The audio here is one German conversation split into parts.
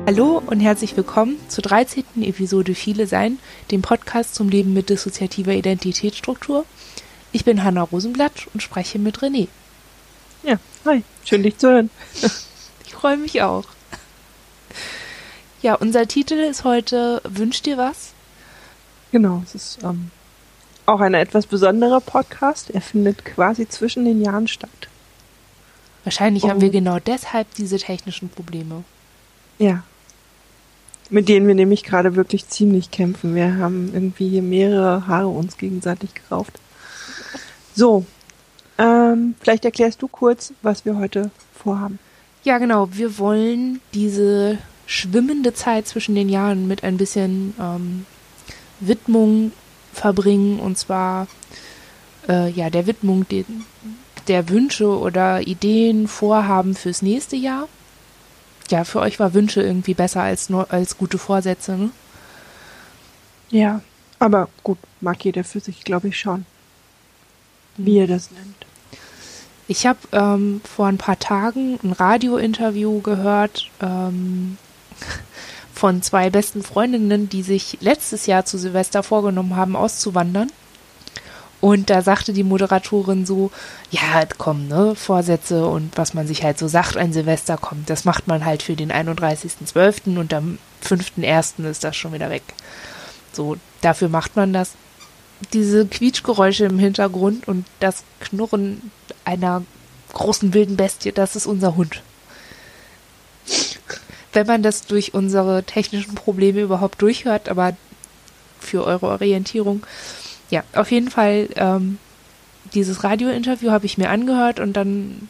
Hallo und herzlich willkommen zur 13. Episode Viele Sein, dem Podcast zum Leben mit dissoziativer Identitätsstruktur. Ich bin Hanna Rosenblatt und spreche mit René. Ja, hi, schön dich zu hören. Ich freue mich auch. Ja, unser Titel ist heute Wünsch dir was? Genau, es ist auch ein etwas besonderer Podcast. Er findet quasi zwischen den Jahren statt. Wahrscheinlich haben wir genau deshalb diese technischen Probleme. Ja, mit denen wir nämlich gerade wirklich ziemlich kämpfen. Wir haben irgendwie hier mehrere Haare uns gegenseitig gerauft. So, vielleicht erklärst du kurz, was wir heute vorhaben. Ja, genau. Wir wollen diese schwimmende Zeit zwischen den Jahren mit ein bisschen Widmung verbringen. Und zwar der Widmung der Wünsche oder Ideen, Vorhaben fürs nächste Jahr. Ja, für euch war Wünsche irgendwie besser als gute Vorsätze, ne? Ja, aber gut, mag jeder für sich, glaube ich, schon, wie er das nennt. Ich habe vor ein paar Tagen ein Radiointerview gehört von zwei besten Freundinnen, die sich letztes Jahr zu Silvester vorgenommen haben, auszuwandern. Und da sagte die Moderatorin so, ja, komm, ne, Vorsätze und was man sich halt so sagt an Silvester, kommt, das macht man halt für den 31.12. und am 5.1. ist das schon wieder weg. So, dafür macht man das. Diese Quietschgeräusche im Hintergrund und das Knurren einer großen wilden Bestie, das ist unser Hund. Wenn man das durch unsere technischen Probleme überhaupt durchhört, aber für eure Orientierung. Ja, auf jeden Fall, dieses Radiointerview habe ich mir angehört und dann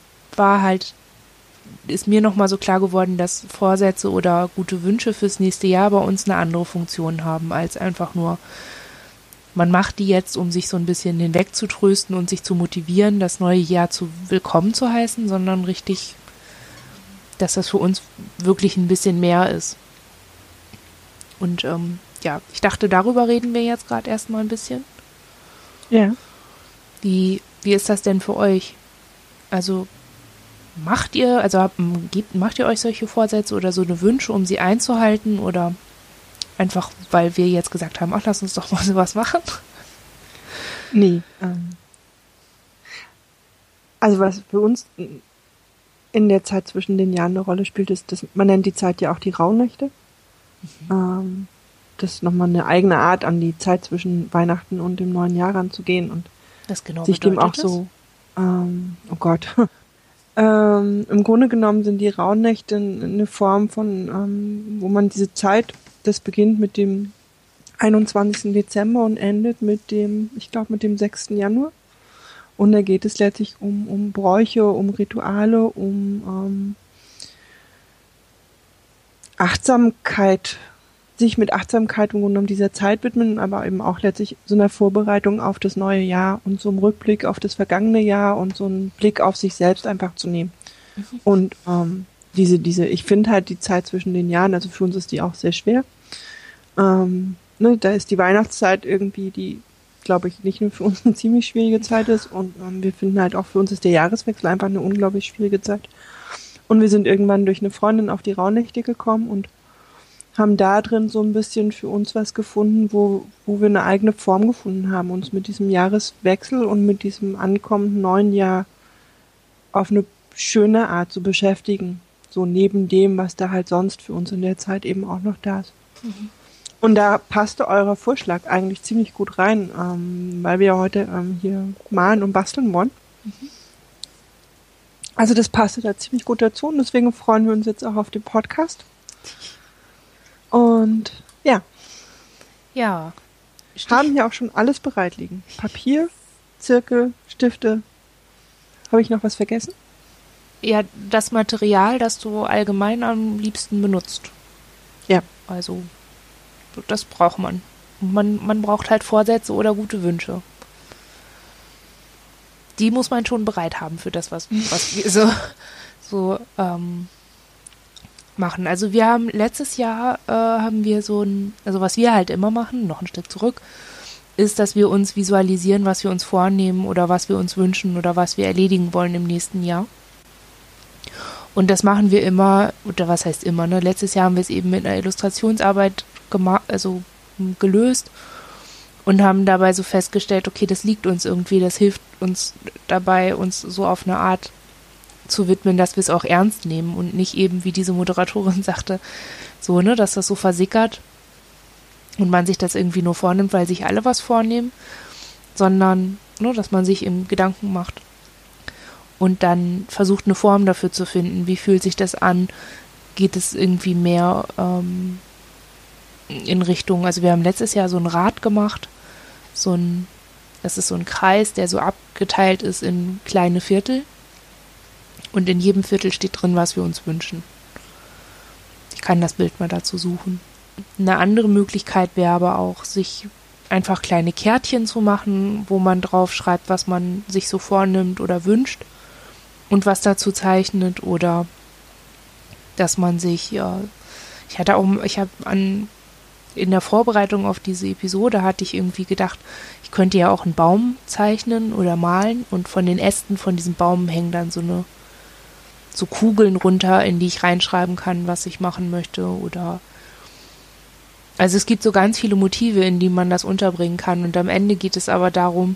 ist mir nochmal so klar geworden, dass Vorsätze oder gute Wünsche fürs nächste Jahr bei uns eine andere Funktion haben, als einfach nur, man macht die jetzt, um sich so ein bisschen hinwegzutrösten und sich zu motivieren, das neue Jahr willkommen zu heißen, sondern richtig, dass das für uns wirklich ein bisschen mehr ist. Und ich dachte, darüber reden wir jetzt gerade erstmal ein bisschen. Ja. Wie ist das denn für euch? Also macht ihr euch solche Vorsätze oder so eine Wünsche, um sie einzuhalten oder einfach, weil wir jetzt gesagt haben, ach, lass uns doch mal sowas machen? Nee. Also was für uns in der Zeit zwischen den Jahren eine Rolle spielt, ist, dass man nennt die Zeit ja auch die Rauhnächte. Mhm. Das ist nochmal eine eigene Art, an die Zeit zwischen Weihnachten und dem neuen Jahr ranzugehen und das genau sich dem auch so, oh Gott, im Grunde genommen sind die Rauhnächte eine Form von, wo man diese Zeit, das beginnt mit dem 21. Dezember und endet mit dem 6. Januar. Und da geht es letztlich um Bräuche, um Rituale, um Achtsamkeit, sich mit Achtsamkeit im Grunde genommen dieser Zeit widmen, aber eben auch letztlich so einer Vorbereitung auf das neue Jahr und so einem Rückblick auf das vergangene Jahr und so einen Blick auf sich selbst einfach zu nehmen. Mhm. Und ich finde halt die Zeit zwischen den Jahren, also für uns ist die auch sehr schwer. Da ist die Weihnachtszeit irgendwie, die, glaube ich, nicht nur für uns eine ziemlich schwierige Zeit ist und wir finden halt auch für uns ist der Jahreswechsel einfach eine unglaublich schwierige Zeit. Und wir sind irgendwann durch eine Freundin auf die Rauhnächte gekommen und haben da drin so ein bisschen für uns was gefunden, wo wir eine eigene Form gefunden haben, uns mit diesem Jahreswechsel und mit diesem ankommenden neuen Jahr auf eine schöne Art zu beschäftigen. So neben dem, was da halt sonst für uns in der Zeit eben auch noch da ist. Mhm. Und da passte euer Vorschlag eigentlich ziemlich gut rein, weil wir ja heute hier malen und basteln wollen. Mhm. Also das passte da ziemlich gut dazu und deswegen freuen wir uns jetzt auch auf den Podcast. Und ja. Ja. Haben hier auch schon alles bereit liegen. Papier, Zirkel, Stifte. Habe ich noch was vergessen? Ja, das Material, das du allgemein am liebsten benutzt. Ja. Also, das braucht man. Man braucht halt Vorsätze oder gute Wünsche. Die muss man schon bereit haben für das, was wir so machen. Also wir haben letztes Jahr was wir halt immer machen, noch ein Stück zurück, ist, dass wir uns visualisieren, was wir uns vornehmen oder was wir uns wünschen oder was wir erledigen wollen im nächsten Jahr. Und das machen wir immer, oder was heißt immer, ne? Letztes Jahr haben wir es eben mit einer Illustrationsarbeit gelöst und haben dabei so festgestellt, okay, das liegt uns irgendwie, das hilft uns dabei, uns so auf eine Art zu widmen, dass wir es auch ernst nehmen und nicht eben, wie diese Moderatorin sagte, so, ne, dass das so versickert und man sich das irgendwie nur vornimmt, weil sich alle was vornehmen, sondern, ne, dass man sich im Gedanken macht und dann versucht, eine Form dafür zu finden. Wie fühlt sich das an? Geht es irgendwie mehr in Richtung, also wir haben letztes Jahr so ein Rad gemacht, das ist so ein Kreis, der so abgeteilt ist in kleine Viertel und in jedem Viertel steht drin, was wir uns wünschen. Ich kann das Bild mal dazu suchen. Eine andere Möglichkeit wäre aber auch, sich einfach kleine Kärtchen zu machen, wo man drauf schreibt, was man sich so vornimmt oder wünscht und was dazu zeichnet, oder dass man sich, in der Vorbereitung auf diese Episode hatte ich irgendwie gedacht, ich könnte ja auch einen Baum zeichnen oder malen und von den Ästen von diesem Baum hängen dann so Kugeln runter, in die ich reinschreiben kann, was ich machen möchte, oder also es gibt so ganz viele Motive, in die man das unterbringen kann, und am Ende geht es aber darum,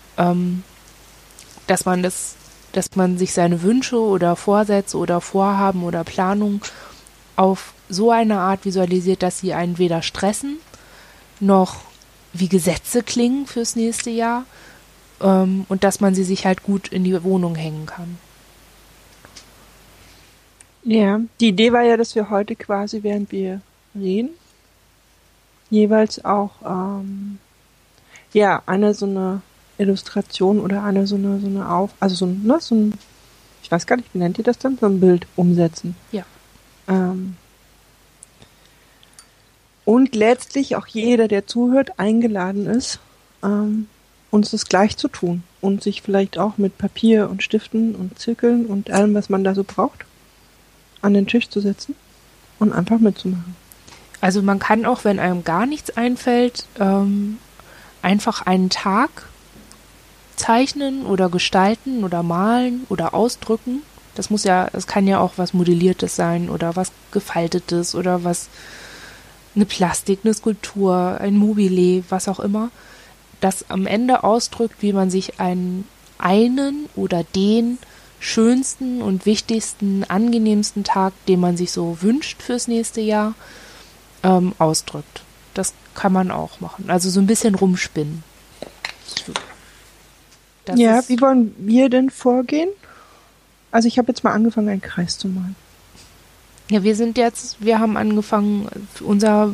dass man sich seine Wünsche oder Vorsätze oder Vorhaben oder Planung auf so eine Art visualisiert, dass sie einen weder stressen, noch wie Gesetze klingen fürs nächste Jahr, und dass man sie sich halt gut in die Wohnung hängen kann. Ja, die Idee war ja, dass wir heute quasi, während wir reden, jeweils auch eine so eine Illustration oder eine so eine ich weiß gar nicht, wie nennt ihr das dann, so ein Bild umsetzen. Ja. Und letztlich auch jeder, der zuhört, eingeladen ist, uns das gleich zu tun und sich vielleicht auch mit Papier und Stiften und Zirkeln und allem, was man da so braucht, an den Tisch zu setzen und einfach mitzumachen. Also man kann auch, wenn einem gar nichts einfällt, einfach einen Tag zeichnen oder gestalten oder malen oder ausdrücken. Das kann ja auch was Modelliertes sein oder was Gefaltetes oder was, eine Plastik, eine Skulptur, ein Mobile, was auch immer, das am Ende ausdrückt, wie man sich einen oder den schönsten und wichtigsten, angenehmsten Tag, den man sich so wünscht fürs nächste Jahr, ausdrückt. Das kann man auch machen. Also so ein bisschen rumspinnen. Wie wollen wir denn vorgehen? Also ich habe jetzt mal angefangen, einen Kreis zu malen. Ja, wir haben angefangen, unser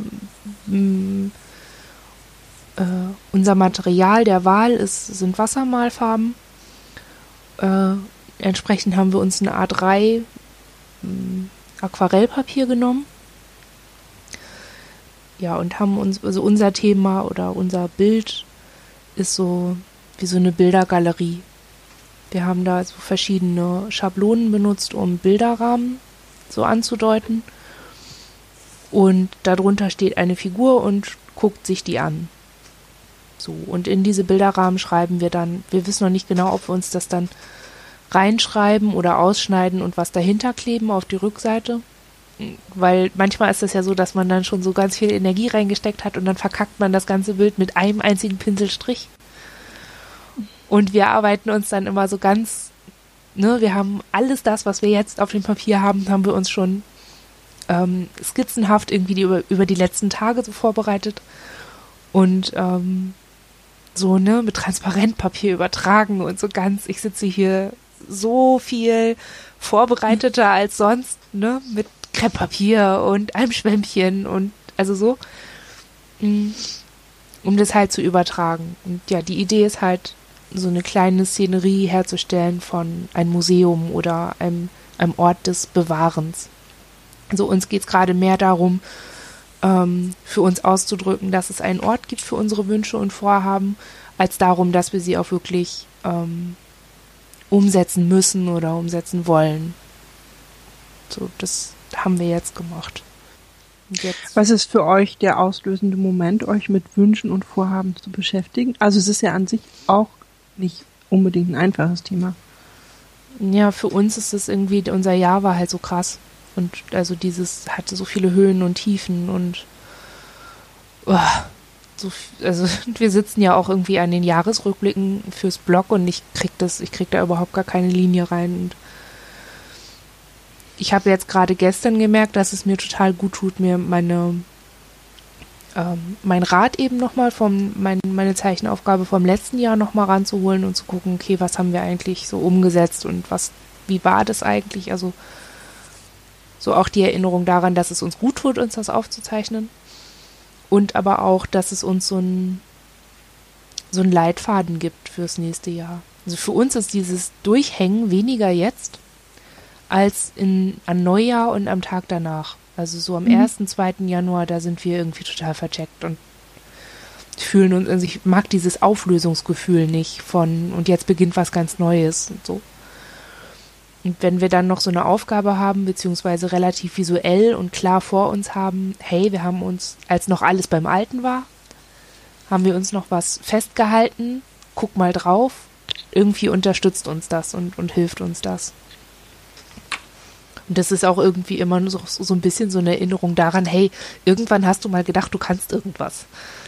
Material der Wahl sind Wassermalfarben. Entsprechend haben wir uns eine A3 Aquarellpapier genommen. Ja, und haben uns, also unser Thema oder unser Bild ist so wie so eine Bildergalerie. Wir haben da so verschiedene Schablonen benutzt, um Bilderrahmen so anzudeuten. Und darunter steht eine Figur und guckt sich die an. So, und in diese Bilderrahmen schreiben wir dann, wir wissen noch nicht genau, ob wir uns das dann reinschreiben oder ausschneiden und was dahinter kleben auf die Rückseite. Weil manchmal ist es ja so, dass man dann schon so ganz viel Energie reingesteckt hat und dann verkackt man das ganze Bild mit einem einzigen Pinselstrich. Und wir arbeiten uns dann immer so ganz, wir haben alles das, was wir jetzt auf dem Papier haben, haben wir uns schon skizzenhaft irgendwie über die letzten Tage so vorbereitet und mit Transparentpapier übertragen und so ganz, ich sitze hier so viel vorbereiteter als sonst, mit Krepppapier und einem Schwämmchen und also so, um das halt zu übertragen. Und ja, die Idee ist halt, so eine kleine Szenerie herzustellen von einem Museum oder einem Ort des Bewahrens. Also uns geht es gerade mehr darum, für uns auszudrücken, dass es einen Ort gibt für unsere Wünsche und Vorhaben, als darum, dass wir sie auch wirklich umsetzen müssen oder umsetzen wollen. So, das haben wir jetzt gemacht. Und jetzt. Was ist für euch der auslösende Moment, euch mit Wünschen und Vorhaben zu beschäftigen? Also es ist ja an sich auch nicht unbedingt ein einfaches Thema. Ja, für uns ist es irgendwie, unser Jahr war halt so krass. Und also hatte so viele Höhen und Tiefen und oh, also wir sitzen ja auch irgendwie an den Jahresrückblicken fürs Blog und ich krieg da überhaupt gar keine Linie rein. Und ich habe jetzt gerade gestern gemerkt, dass es mir total gut tut, mir mein Rad eben nochmal meine Zeichenaufgabe vom letzten Jahr nochmal ranzuholen und zu gucken, okay, was haben wir eigentlich so umgesetzt und wie war das eigentlich? Also so auch die Erinnerung daran, dass es uns gut tut, uns das aufzuzeichnen. Und aber auch, dass es uns so ein Leitfaden gibt fürs nächste Jahr. Also für uns ist dieses Durchhängen weniger jetzt als an Neujahr und am Tag danach. Also so am 1., 2. Januar, da sind wir irgendwie total vercheckt und fühlen uns, also ich mag dieses Auflösungsgefühl nicht und jetzt beginnt was ganz Neues und so. Und wenn wir dann noch so eine Aufgabe haben, beziehungsweise relativ visuell und klar vor uns haben, hey, wir haben uns, als noch alles beim Alten war, haben wir uns noch was festgehalten, guck mal drauf, irgendwie unterstützt uns das und hilft uns das. Und das ist auch irgendwie immer nur so ein bisschen so eine Erinnerung daran, hey, irgendwann hast du mal gedacht, du kannst irgendwas.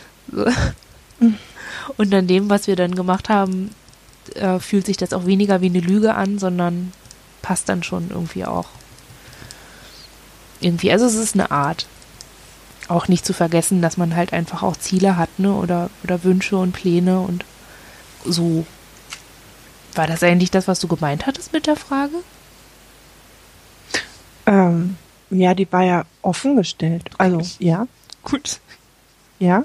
Und an dem, was wir dann gemacht haben, fühlt sich das auch weniger wie eine Lüge an, sondern passt dann schon irgendwie auch. Irgendwie, also es ist eine Art. Auch nicht zu vergessen, dass man halt einfach auch Ziele hat, ne? Oder Wünsche und Pläne und so. War das eigentlich das, was du gemeint hattest mit der Frage? Ja, die war ja offen gestellt. Also, ja. Gut. Ja.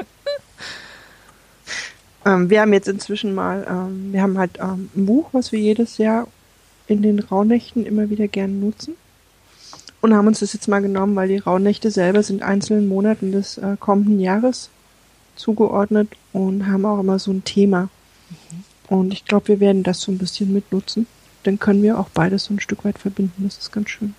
Wir haben jetzt inzwischen wir haben halt ein Buch, was wir jedes Jahr in den Rauhnächten immer wieder gerne nutzen. Und haben uns das jetzt mal genommen, weil die Rauhnächte selber sind einzelnen Monaten des kommenden Jahres zugeordnet und haben auch immer so ein Thema. Und ich glaube, wir werden das so ein bisschen mitnutzen. Dann können wir auch beides so ein Stück weit verbinden. Das ist ganz schön.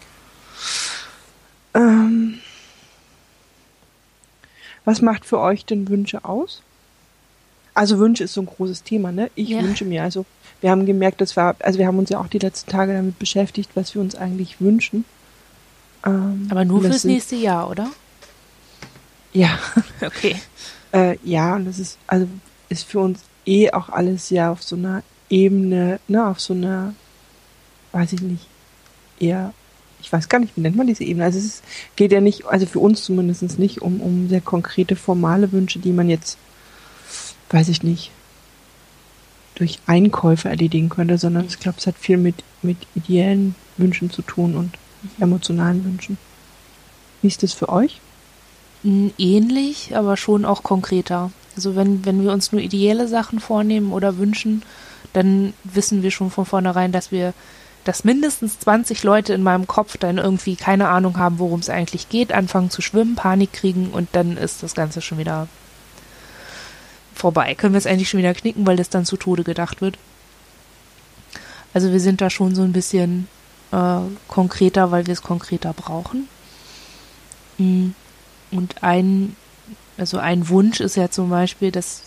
Was macht für euch denn Wünsche aus? Also Wünsche ist so ein großes Thema, ne? Ich wünsche mir, also wir haben gemerkt, wir haben uns ja auch die letzten Tage damit beschäftigt, was wir uns eigentlich wünschen. Aber nur fürs nächste Jahr, oder? Ja. Okay. Ja, und das ist für uns auch alles ja auf so einer Ebene, ne, auf so einer, weiß ich nicht, eher, ich weiß gar nicht, wie nennt man diese Ebene? Also es geht ja nicht, also für uns zumindest nicht um sehr konkrete, formale Wünsche, die man jetzt, weiß ich nicht, durch Einkäufe erledigen könnte, sondern ich glaube, es hat viel mit ideellen Wünschen zu tun und emotionalen Wünschen. Wie ist das für euch? Ähnlich, aber schon auch konkreter. Also wenn wir uns nur ideelle Sachen vornehmen oder wünschen, dann wissen wir schon von vornherein, dass mindestens 20 Leute in meinem Kopf dann irgendwie keine Ahnung haben, worum es eigentlich geht, anfangen zu schwimmen, Panik kriegen und dann ist das Ganze schon wieder vorbei. Können wir es eigentlich schon wieder knicken, weil das dann zu Tode gedacht wird. Also wir sind da schon so ein bisschen konkreter, weil wir es konkreter brauchen. Und ein Wunsch ist ja zum Beispiel, dass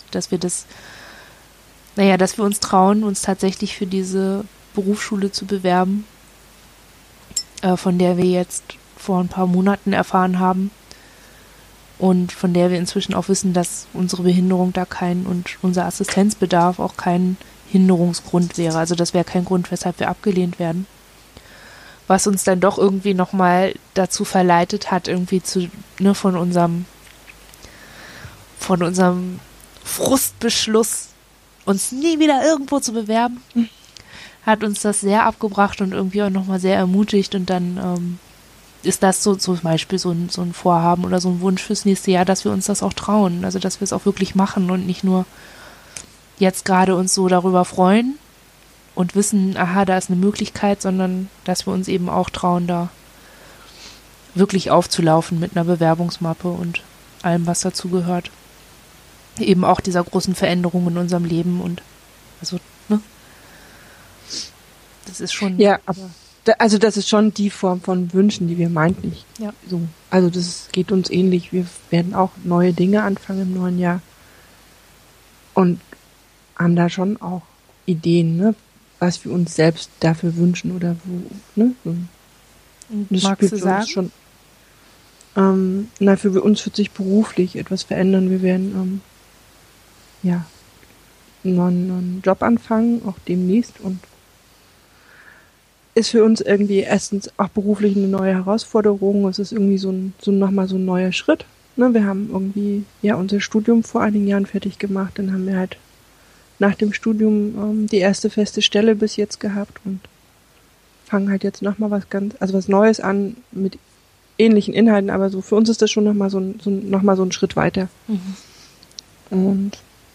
wir uns trauen, uns tatsächlich für diese Berufsschule zu bewerben, von der wir jetzt vor ein paar Monaten erfahren haben und von der wir inzwischen auch wissen, dass unsere Behinderung da und unser Assistenzbedarf auch kein Hinderungsgrund wäre. Also das wäre kein Grund, weshalb wir abgelehnt werden. Was uns dann doch irgendwie nochmal dazu verleitet hat, irgendwie von unserem Frustbeschluss, uns nie wieder irgendwo zu bewerben, hat uns das sehr abgebracht und irgendwie auch nochmal sehr ermutigt. Und dann ist das so zum Beispiel so ein Vorhaben oder so ein Wunsch fürs nächste Jahr, dass wir uns das auch trauen. Also dass wir es auch wirklich machen und nicht nur jetzt gerade uns so darüber freuen und wissen, aha, da ist eine Möglichkeit, sondern dass wir uns eben auch trauen, da wirklich aufzulaufen mit einer Bewerbungsmappe und allem, was dazu gehört. Eben auch dieser großen Veränderung in unserem Leben und also, ne? Das ist schon... Ja, aber das ist schon die Form von Wünschen, die wir meinten. Ja. So. Also das geht uns ähnlich. Wir werden auch neue Dinge anfangen im neuen Jahr und haben da schon auch Ideen, ne? was wir uns selbst dafür wünschen oder wo, ne? Das Magst du spielt für sagen? uns schon. Für uns wird sich beruflich etwas verändern. Wir werden einen neuen Job anfangen, auch demnächst, und ist für uns irgendwie erstens auch beruflich eine neue Herausforderung. Es ist irgendwie nochmal so ein neuer Schritt. Ne, wir haben irgendwie unser Studium vor einigen Jahren fertig gemacht. Dann haben wir halt nach dem Studium die erste feste Stelle bis jetzt gehabt und fangen halt jetzt nochmal was Neues an mit ähnlichen Inhalten, aber so für uns ist das schon nochmal so ein Schritt weiter. Mhm. Und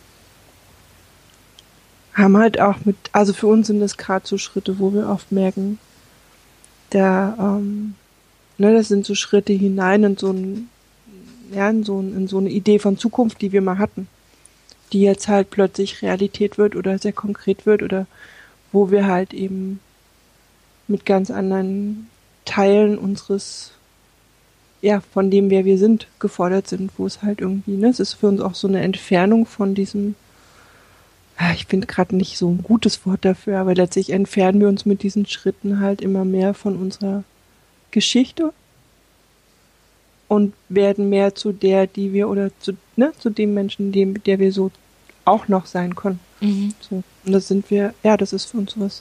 haben halt auch also für uns sind das gerade so Schritte, wo wir oft merken, das sind so Schritte hinein in in so eine Idee von Zukunft, die wir mal hatten, die jetzt halt plötzlich Realität wird oder sehr konkret wird oder wo wir halt eben mit ganz anderen Teilen unseres, von dem, wer wir sind, gefordert sind, wo es halt irgendwie, es ist für uns auch so eine Entfernung von diesem, ich finde gerade nicht so ein gutes Wort dafür, aber letztlich entfernen wir uns mit diesen Schritten halt immer mehr von unserer Geschichte und werden mehr zu der, die wir, oder zu dem Menschen, der wir so auch noch sein können. Mhm. So. Und das sind wir, das ist für uns sowas,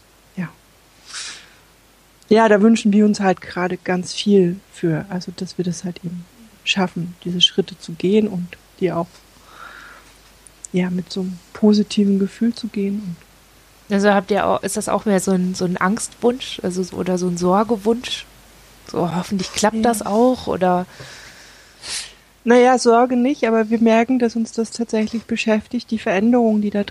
Ja, da wünschen wir uns halt gerade ganz viel für, also dass wir das halt eben schaffen, diese Schritte zu gehen und die auch mit so einem positiven Gefühl zu gehen. Also ist das auch mehr so ein Angstwunsch, oder so ein Sorgewunsch? So, hoffentlich klappt das auch, oder? Naja, Sorge nicht, aber wir merken, dass uns das tatsächlich beschäftigt, die Veränderung, die da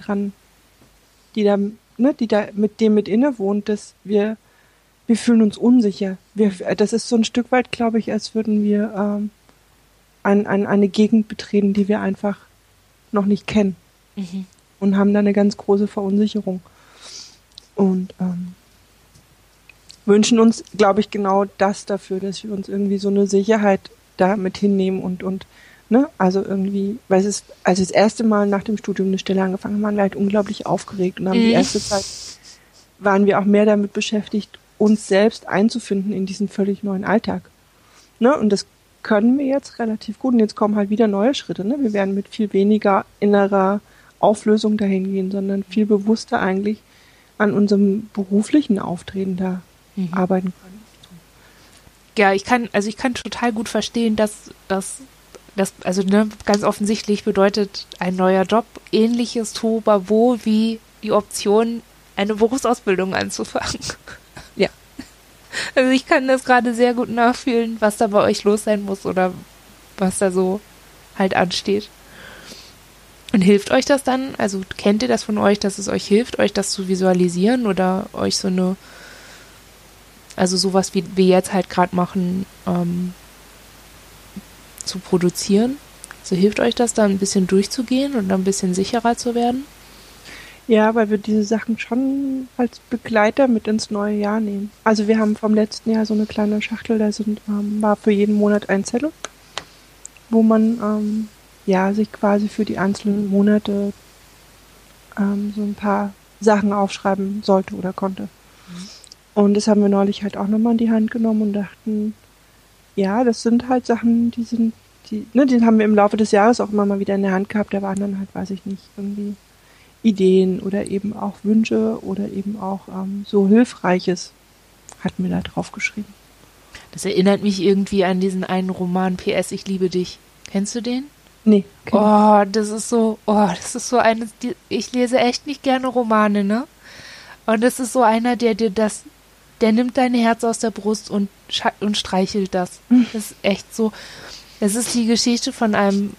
mit dem mit innewohnt, dass wir fühlen uns unsicher. Das ist so ein Stück weit, glaube ich, als würden wir eine Gegend betreten, die wir einfach noch nicht kennen. Mhm. Und haben da eine ganz große Verunsicherung. Und wünschen uns, glaube ich, genau das dafür, dass wir uns irgendwie so eine Sicherheit da mit hinnehmen und also irgendwie, weil als wir das erste Mal nach dem Studium eine Stelle angefangen haben, waren wir halt unglaublich aufgeregt und haben die erste Zeit waren wir auch mehr damit beschäftigt, uns selbst einzufinden in diesen völlig neuen Alltag. Und das können wir jetzt relativ gut. Und jetzt kommen halt wieder neue Schritte. Wir werden mit viel weniger innerer Auflösung dahin gehen, sondern viel bewusster eigentlich an unserem beruflichen Auftreten da arbeiten können. Ja, ich kann total gut verstehen, dass ganz offensichtlich bedeutet ein neuer Job ähnliches Tohuwabohu wie die Option, eine Berufsausbildung anzufangen. Ja. Also ich kann das gerade sehr gut nachfühlen, was da bei euch los sein muss oder was da so halt ansteht. Und hilft euch das dann? Also kennt ihr das von euch, dass es euch hilft, euch das zu visualisieren oder euch sowas wie wir jetzt halt gerade machen, zu produzieren? Also hilft euch das dann ein bisschen durchzugehen und ein bisschen sicherer zu werden? Ja, weil wir diese Sachen schon als Begleiter mit ins neue Jahr nehmen. Also wir haben vom letzten Jahr so eine kleine Schachtel, da war für jeden Monat ein Zettel, wo man sich quasi für die einzelnen Monate so ein paar Sachen aufschreiben sollte oder konnte. Und das haben wir neulich halt auch nochmal in die Hand genommen und dachten, das sind halt Sachen, die haben wir im Laufe des Jahres auch immer mal wieder in der Hand gehabt. Da waren dann halt, weiß ich nicht, irgendwie Ideen oder eben auch Wünsche oder eben auch so Hilfreiches hatten wir da drauf geschrieben. Das erinnert mich irgendwie an diesen einen Roman PS, ich liebe dich. Kennst du den? Nee. Das ist so eines, ich lese echt nicht gerne Romane, ne? Und das ist so einer, der nimmt dein Herz aus der Brust und streichelt das. Das ist echt so. Es ist die Geschichte von einem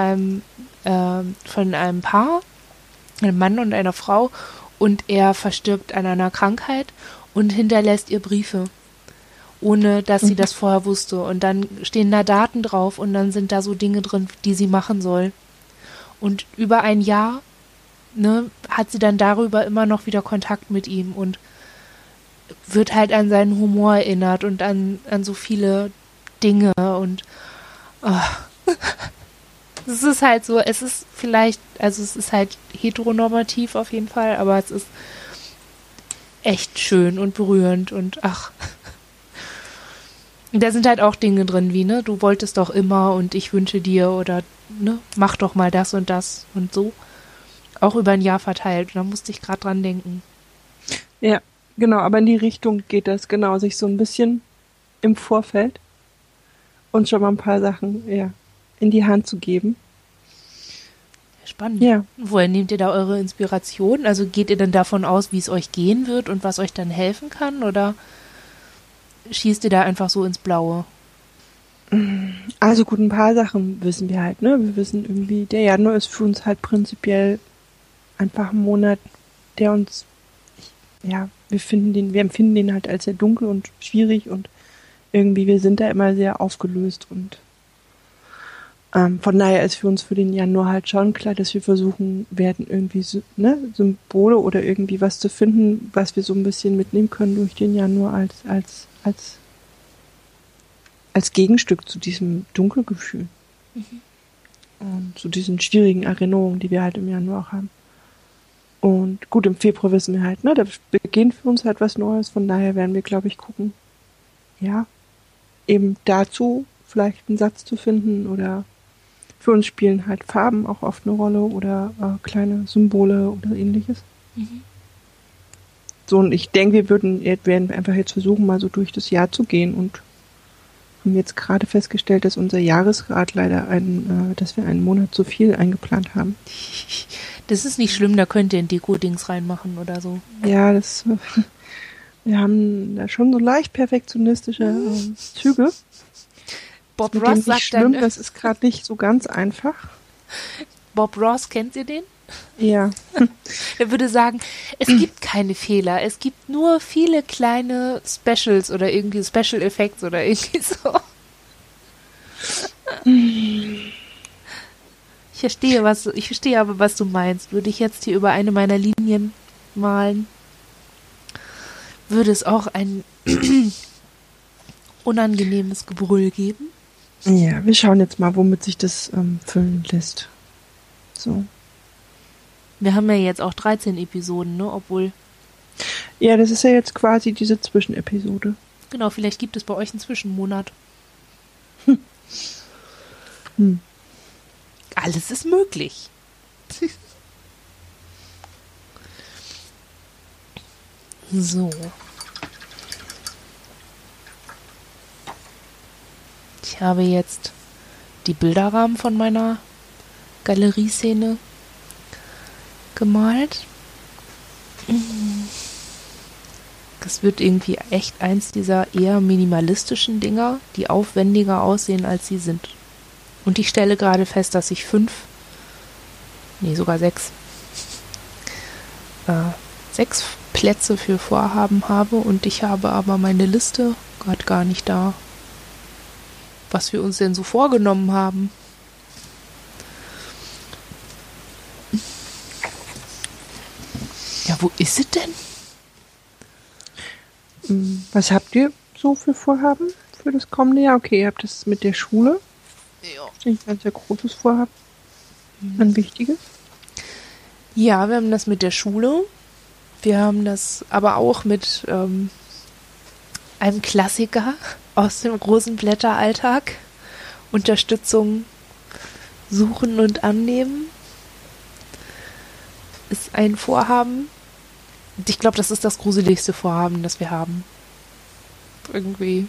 Paar, einem Mann und einer Frau, und er verstirbt an einer Krankheit und hinterlässt ihr Briefe, ohne dass sie das vorher wusste. Und dann stehen da Daten drauf und dann sind da so Dinge drin, die sie machen soll. Und über ein Jahr hat sie dann darüber immer noch wieder Kontakt mit ihm und wird halt an seinen Humor erinnert und an so viele Dinge und es ist halt so, es ist vielleicht, also es ist halt heteronormativ auf jeden Fall, aber es ist echt schön und berührend und ach. Da sind halt auch Dinge drin wie, ne, du wolltest doch immer und ich wünsche dir oder, ne, mach doch mal das und so. Auch über ein Jahr verteilt. Und da musste ich gerade dran denken. Ja, genau, aber in die Richtung geht das, genau, sich so ein bisschen im Vorfeld und schon mal ein paar Sachen, ja, in die Hand zu geben. Spannend. Ja. Woher nehmt ihr da eure Inspiration? Also geht ihr denn davon aus, wie es euch gehen wird und was euch dann helfen kann? Oder schießt ihr da einfach so ins Blaue? Also gut, ein paar Sachen wissen wir halt, ne? Wir wissen irgendwie, der Januar ist für uns halt prinzipiell einfach ein Monat, der uns, ja, wir empfinden den halt als sehr dunkel und schwierig und irgendwie, wir sind da immer sehr aufgelöst und von daher ist für uns für den Januar halt schon klar, dass wir versuchen werden, irgendwie Symbole oder irgendwie was zu finden, was wir so ein bisschen mitnehmen können durch den Januar als Gegenstück zu diesem Dunkelgefühl. Und zu diesen schwierigen Erinnerungen, die wir halt im Januar auch haben. Und gut, im Februar wissen wir halt, ne, da beginnt für uns halt was Neues, von daher werden wir, glaube ich, gucken, ja, eben dazu vielleicht einen Satz zu finden oder für uns spielen halt Farben auch oft eine Rolle oder kleine Symbole oder ähnliches. So, und ich denke, wir werden einfach jetzt versuchen, mal so durch das Jahr zu gehen und haben jetzt gerade festgestellt, dass unser Jahresrat leider dass wir einen Monat zu viel eingeplant haben. Das ist nicht schlimm, da könnt ihr ein Deko-Dings reinmachen oder so. Ja, wir haben da schon so leicht perfektionistische Züge. Bob Ross sagt schlimm, das ist gerade nicht so ganz einfach. Bob Ross, kennt ihr den? Ja. Er würde sagen, es gibt keine Fehler, es gibt nur viele kleine Specials oder irgendwie Special Effects oder irgendwie so. Ich verstehe aber, was du meinst. Würde ich jetzt hier über eine meiner Linien malen, würde es auch ein unangenehmes Gebrüll geben. Ja, wir schauen jetzt mal, womit sich das füllen lässt. So. Wir haben ja jetzt auch 13 Episoden, ne? Obwohl. Ja, das ist ja jetzt quasi diese Zwischenepisode. Genau, vielleicht gibt es bei euch einen Zwischenmonat. Alles ist möglich. So. Ich habe jetzt die Bilderrahmen von meiner Galerieszene gemalt. Das wird irgendwie echt eins dieser eher minimalistischen Dinger, die aufwendiger aussehen, als sie sind. Und ich stelle gerade fest, dass ich 6 Plätze für Vorhaben habe und ich habe aber meine Liste gerade gar nicht da, was wir uns denn so vorgenommen haben. Ja, wo ist es denn? Was habt ihr so für Vorhaben für das kommende Jahr? Okay, ihr habt das mit der Schule. Ja. Das ist ein sehr großes Vorhaben. Ein wichtiges. Ja, wir haben das mit der Schule. Wir haben das aber auch mit einem Klassiker aus dem Rosenblätteralltag. Unterstützung suchen und annehmen ist ein Vorhaben. Und ich glaube, das ist das gruseligste Vorhaben, das wir haben. Irgendwie.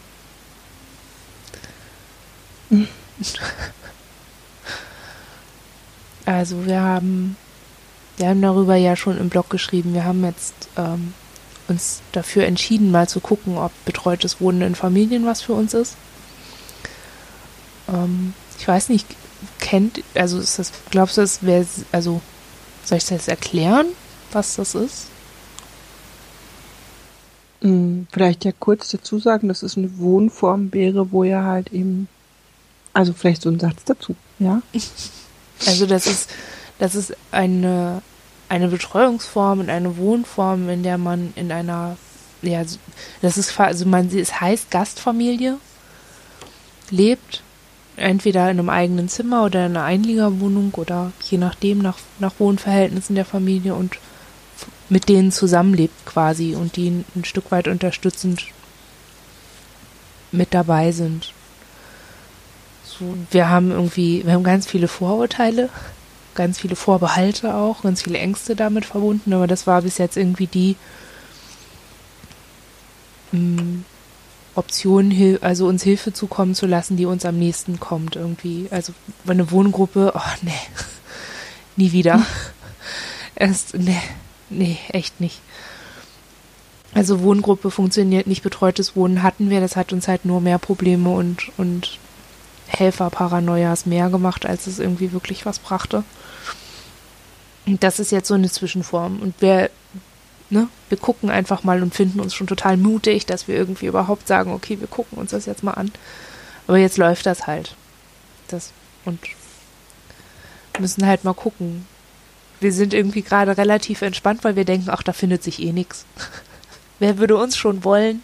Also wir haben darüber ja schon im Blog geschrieben. Wir haben jetzt uns dafür entschieden, mal zu gucken, ob betreutes Wohnen in Familien was für uns ist. Ich weiß nicht, glaubst du, das wäre, also soll ich das erklären, was das ist? Vielleicht ja kurz dazu sagen, dass es eine Wohnform wäre, wo ja halt eben, also vielleicht so ein Satz dazu, ja? Also das ist eine Betreuungsform und eine Wohnform, in der man in einer, ja, das ist, also es heißt Gastfamilie, lebt, entweder in einem eigenen Zimmer oder in einer Einliegerwohnung oder je nachdem nach Wohnverhältnissen der Familie und mit denen zusammenlebt quasi und die ein Stück weit unterstützend mit dabei sind. So, wir haben ganz viele Vorurteile, ganz viele Vorbehalte auch, ganz viele Ängste damit verbunden, aber das war bis jetzt irgendwie die Option, also uns Hilfe zukommen zu lassen, die uns am nächsten kommt irgendwie. Also bei einer Wohngruppe, oh nee, nie wieder. Nee, echt nicht. Also Wohngruppe funktioniert nicht, betreutes Wohnen hatten wir, das hat uns halt nur mehr Probleme und Helferparanoias mehr gemacht, als es irgendwie wirklich was brachte. Und das ist jetzt so eine Zwischenform und wir gucken einfach mal und finden uns schon total mutig, dass wir irgendwie überhaupt sagen, okay, wir gucken uns das jetzt mal an. Aber jetzt läuft das halt. Und müssen halt mal gucken. Wir sind irgendwie gerade relativ entspannt, weil wir denken, ach, da findet sich eh nichts. Wer würde uns schon wollen?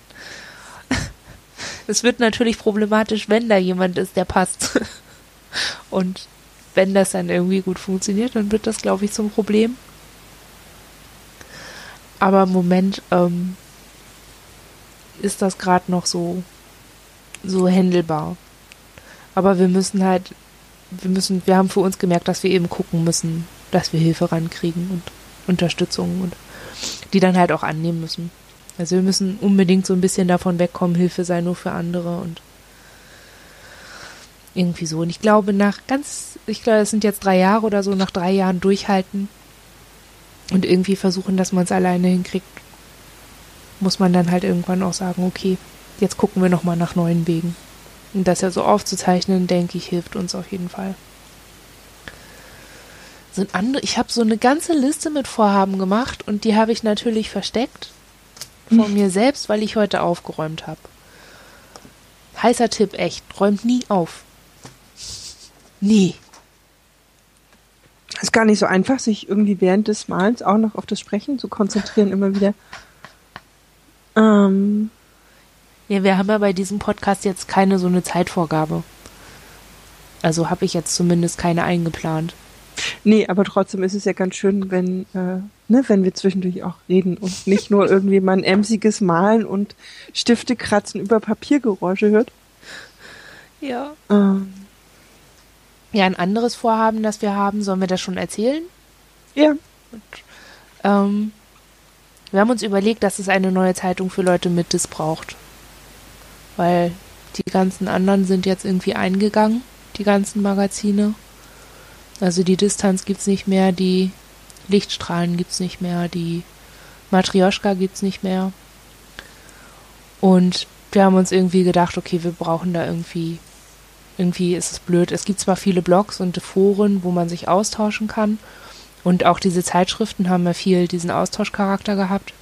Es wird natürlich problematisch, wenn da jemand ist, der passt. Und wenn das dann irgendwie gut funktioniert, dann wird das, glaube ich, zum Problem. Aber im Moment ist das gerade noch so händelbar. Aber wir haben für uns gemerkt, dass wir eben gucken müssen, dass wir Hilfe rankriegen und Unterstützung und die dann halt auch annehmen müssen. Also wir müssen unbedingt so ein bisschen davon wegkommen, Hilfe sei nur für andere und irgendwie so. Und ich glaube, es sind jetzt 3 Jahre oder so, nach 3 Jahren durchhalten und irgendwie versuchen, dass man es alleine hinkriegt, muss man dann halt irgendwann auch sagen, okay, jetzt gucken wir nochmal nach neuen Wegen. Und das ja so aufzuzeichnen, denke ich, hilft uns auf jeden Fall. Ich habe so eine ganze Liste mit Vorhaben gemacht und die habe ich natürlich versteckt vor mir selbst, weil ich heute aufgeräumt habe. Heißer Tipp, echt, räumt nie auf. Nie. Es ist gar nicht so einfach, sich irgendwie während des Malens auch noch auf das Sprechen zu konzentrieren, immer wieder. Ja, wir haben ja bei diesem Podcast jetzt keine so eine Zeitvorgabe. Also habe ich jetzt zumindest keine eingeplant. Nee, aber trotzdem ist es ja ganz schön, wenn wir zwischendurch auch reden und nicht nur irgendwie mal ein emsiges Malen und Stifte kratzen über Papiergeräusche hört. Ja. Ja, ein anderes Vorhaben, das wir haben, sollen wir das schon erzählen? Ja. Und, wir haben uns überlegt, dass es eine neue Zeitung für Leute mit Dis braucht. Weil die ganzen anderen sind jetzt irgendwie eingegangen, die ganzen Magazine. Also die Distanz gibt's nicht mehr, die Lichtstrahlen gibt's nicht mehr, die Matrioschka gibt's nicht mehr. Und wir haben uns irgendwie gedacht, okay, wir brauchen da irgendwie ist es blöd. Es gibt zwar viele Blogs und Foren, wo man sich austauschen kann. Und auch diese Zeitschriften haben ja viel diesen Austauschcharakter gehabt.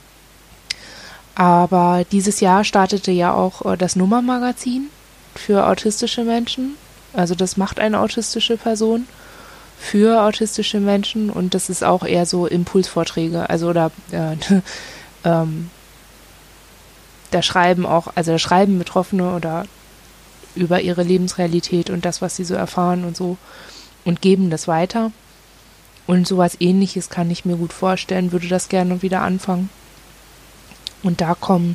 Aber dieses Jahr startete ja auch das Nummermagazin für autistische Menschen. Also das macht eine autistische Person für autistische Menschen und das ist auch eher so Impulsvorträge. Also da schreiben Betroffene oder über ihre Lebensrealität und das, was sie so erfahren und so und geben das weiter. Und sowas Ähnliches kann ich mir gut vorstellen, würde das gerne wieder anfangen. Und da kommen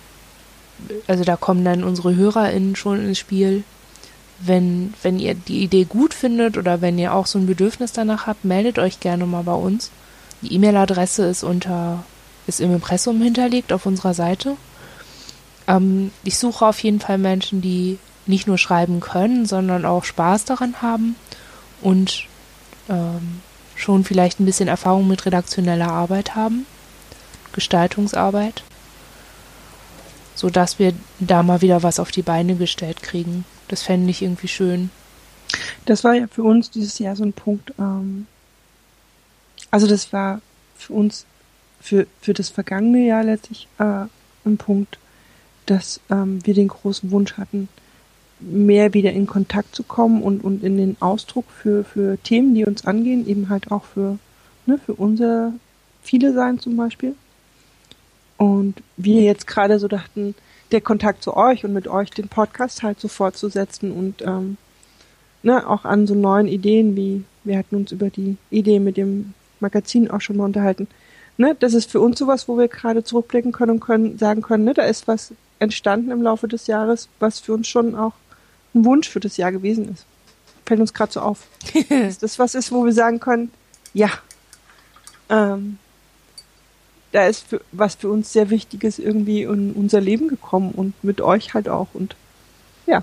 dann unsere HörerInnen schon ins Spiel. Wenn ihr die Idee gut findet oder wenn ihr auch so ein Bedürfnis danach habt, meldet euch gerne mal bei uns. Die E-Mail-Adresse ist im Impressum hinterlegt auf unserer Seite. Ich suche auf jeden Fall Menschen, die nicht nur schreiben können, sondern auch Spaß daran haben und schon vielleicht ein bisschen Erfahrung mit redaktioneller Arbeit haben, Gestaltungsarbeit, sodass wir da mal wieder was auf die Beine gestellt kriegen. Das fände ich irgendwie schön. Das war ja für uns dieses Jahr so ein Punkt, also das war für uns, für das vergangene Jahr letztlich ein Punkt, dass wir den großen Wunsch hatten, mehr wieder in Kontakt zu kommen und in den Ausdruck für Themen, die uns angehen, eben halt auch für unser Viele Sein zum Beispiel. Und wir jetzt gerade so dachten, der Kontakt zu euch und mit euch den Podcast halt so fortzusetzen und auch an so neuen Ideen, wie wir hatten uns über die Idee mit dem Magazin auch schon mal unterhalten, ne, das ist für uns sowas, wo wir gerade zurückblicken können und sagen können, ne, da ist was entstanden im Laufe des Jahres, was für uns schon auch ein Wunsch für das Jahr gewesen ist. Fällt uns gerade so auf. Dass das was ist, wo wir sagen können, ja, da ist was für uns sehr Wichtiges irgendwie in unser Leben gekommen und mit euch halt auch und ja.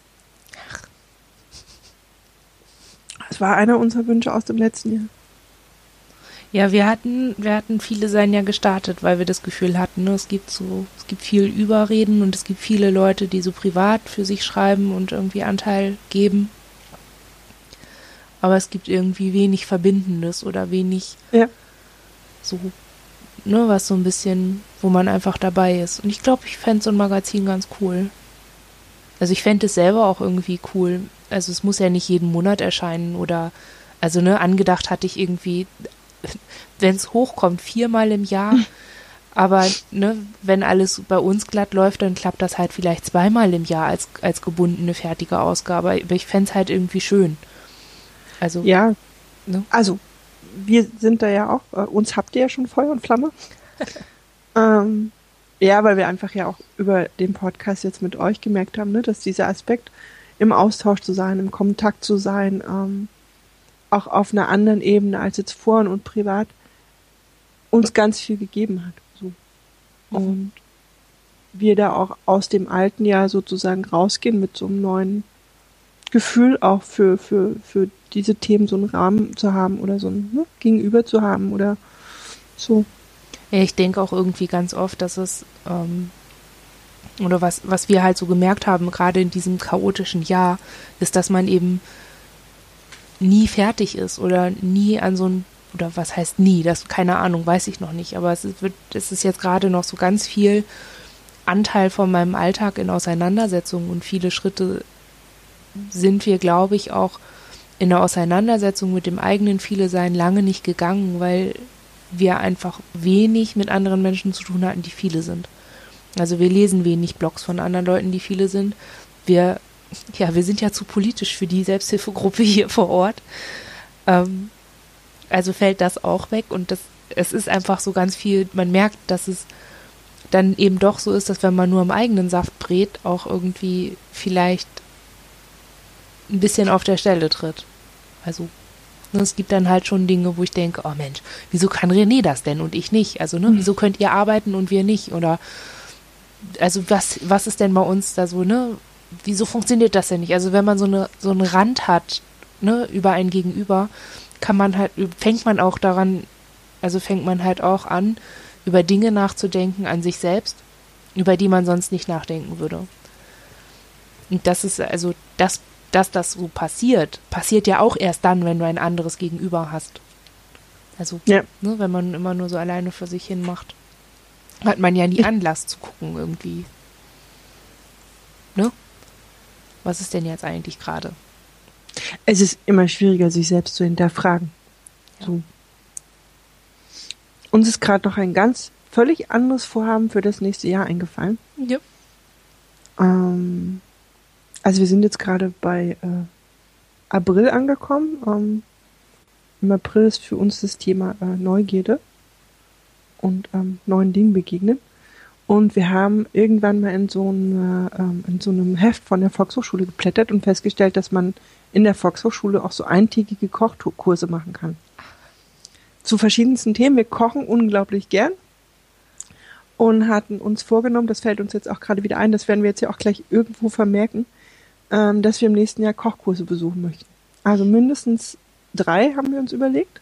Das war einer unserer Wünsche aus dem letzten Jahr. Ja, wir hatten viele Sein ja gestartet, weil wir das Gefühl hatten, ne, es gibt viel Überreden und es gibt viele Leute, die so privat für sich schreiben und irgendwie Anteil geben. Aber es gibt irgendwie wenig Verbindendes oder wenig so, ne, was so ein bisschen, wo man einfach dabei ist. Und ich glaube, ich fände so ein Magazin ganz cool. Also ich fände es selber auch irgendwie cool. Also es muss ja nicht jeden Monat erscheinen oder, also ne, angedacht hatte ich irgendwie, wenn es hochkommt, 4-mal im Jahr. Aber ne, wenn alles bei uns glatt läuft, dann klappt das halt vielleicht 2-mal im Jahr als gebundene, fertige Ausgabe. Aber ich fände es halt irgendwie schön. Also, ja, ne? Also wir sind da ja auch, uns habt ihr ja schon Feuer und Flamme. Ja, weil wir einfach ja auch über den Podcast jetzt mit euch gemerkt haben, ne, dass dieser Aspekt im Austausch zu sein, im Kontakt zu sein, auch auf einer anderen Ebene als jetzt vorhin und privat, uns ganz viel gegeben hat. So. Und wir da auch aus dem alten Jahr sozusagen rausgehen mit so einem neuen Gefühl auch für diese Themen so einen Rahmen zu haben oder so ein Gegenüber zu haben oder so. Ja, ich denke auch irgendwie ganz oft, dass es, oder was wir halt so gemerkt haben, gerade in diesem chaotischen Jahr, ist, dass man eben nie fertig ist oder nie an so ein, oder was heißt nie, das, keine Ahnung, weiß ich noch nicht, aber es ist jetzt gerade noch so ganz viel Anteil von meinem Alltag in Auseinandersetzungen und viele Schritte sind wir, glaube ich, auch in der Auseinandersetzung mit dem eigenen Viele-Sein lange nicht gegangen, weil wir einfach wenig mit anderen Menschen zu tun hatten, die viele sind. Also wir lesen wenig Blogs von anderen Leuten, die viele sind. Wir sind ja zu politisch für die Selbsthilfegruppe hier vor Ort. Also fällt das auch weg und es ist einfach so ganz viel, man merkt, dass es dann eben doch so ist, dass wenn man nur im eigenen Saft brät, auch irgendwie vielleicht ein bisschen auf der Stelle tritt. Also es gibt dann halt schon Dinge, wo ich denke, oh Mensch, wieso kann René das denn und ich nicht? Also, ne, wieso könnt ihr arbeiten und wir nicht? Oder, also was ist denn bei uns da so, ne? Wieso funktioniert das denn nicht? Also, wenn man so einen Rand hat, ne, über ein Gegenüber, fängt man halt auch an, über Dinge nachzudenken an sich selbst, über die man sonst nicht nachdenken würde. Und das ist, also, dass das so passiert ja auch erst dann, wenn du ein anderes Gegenüber hast. Also, ne, wenn man immer nur so alleine für sich hin macht, hat man ja nie Anlass zu gucken irgendwie. Ne? Was ist denn jetzt eigentlich gerade? Es ist immer schwieriger, sich selbst zu hinterfragen. Ja. So. Uns ist gerade noch ein ganz völlig anderes Vorhaben für das nächste Jahr eingefallen. Ja. Also wir sind jetzt gerade bei April angekommen. Im April ist für uns das Thema Neugierde und neuen Dingen begegnen. Und wir haben irgendwann mal in so einem Heft von der Volkshochschule geblättert und festgestellt, dass man in der Volkshochschule auch so eintägige Kochkurse machen kann. Zu verschiedensten Themen. Wir kochen unglaublich gern und hatten uns vorgenommen, das fällt uns jetzt auch gerade wieder ein, das werden wir jetzt ja auch gleich irgendwo vermerken, dass wir im nächsten Jahr Kochkurse besuchen möchten. Also mindestens 3 haben wir uns überlegt.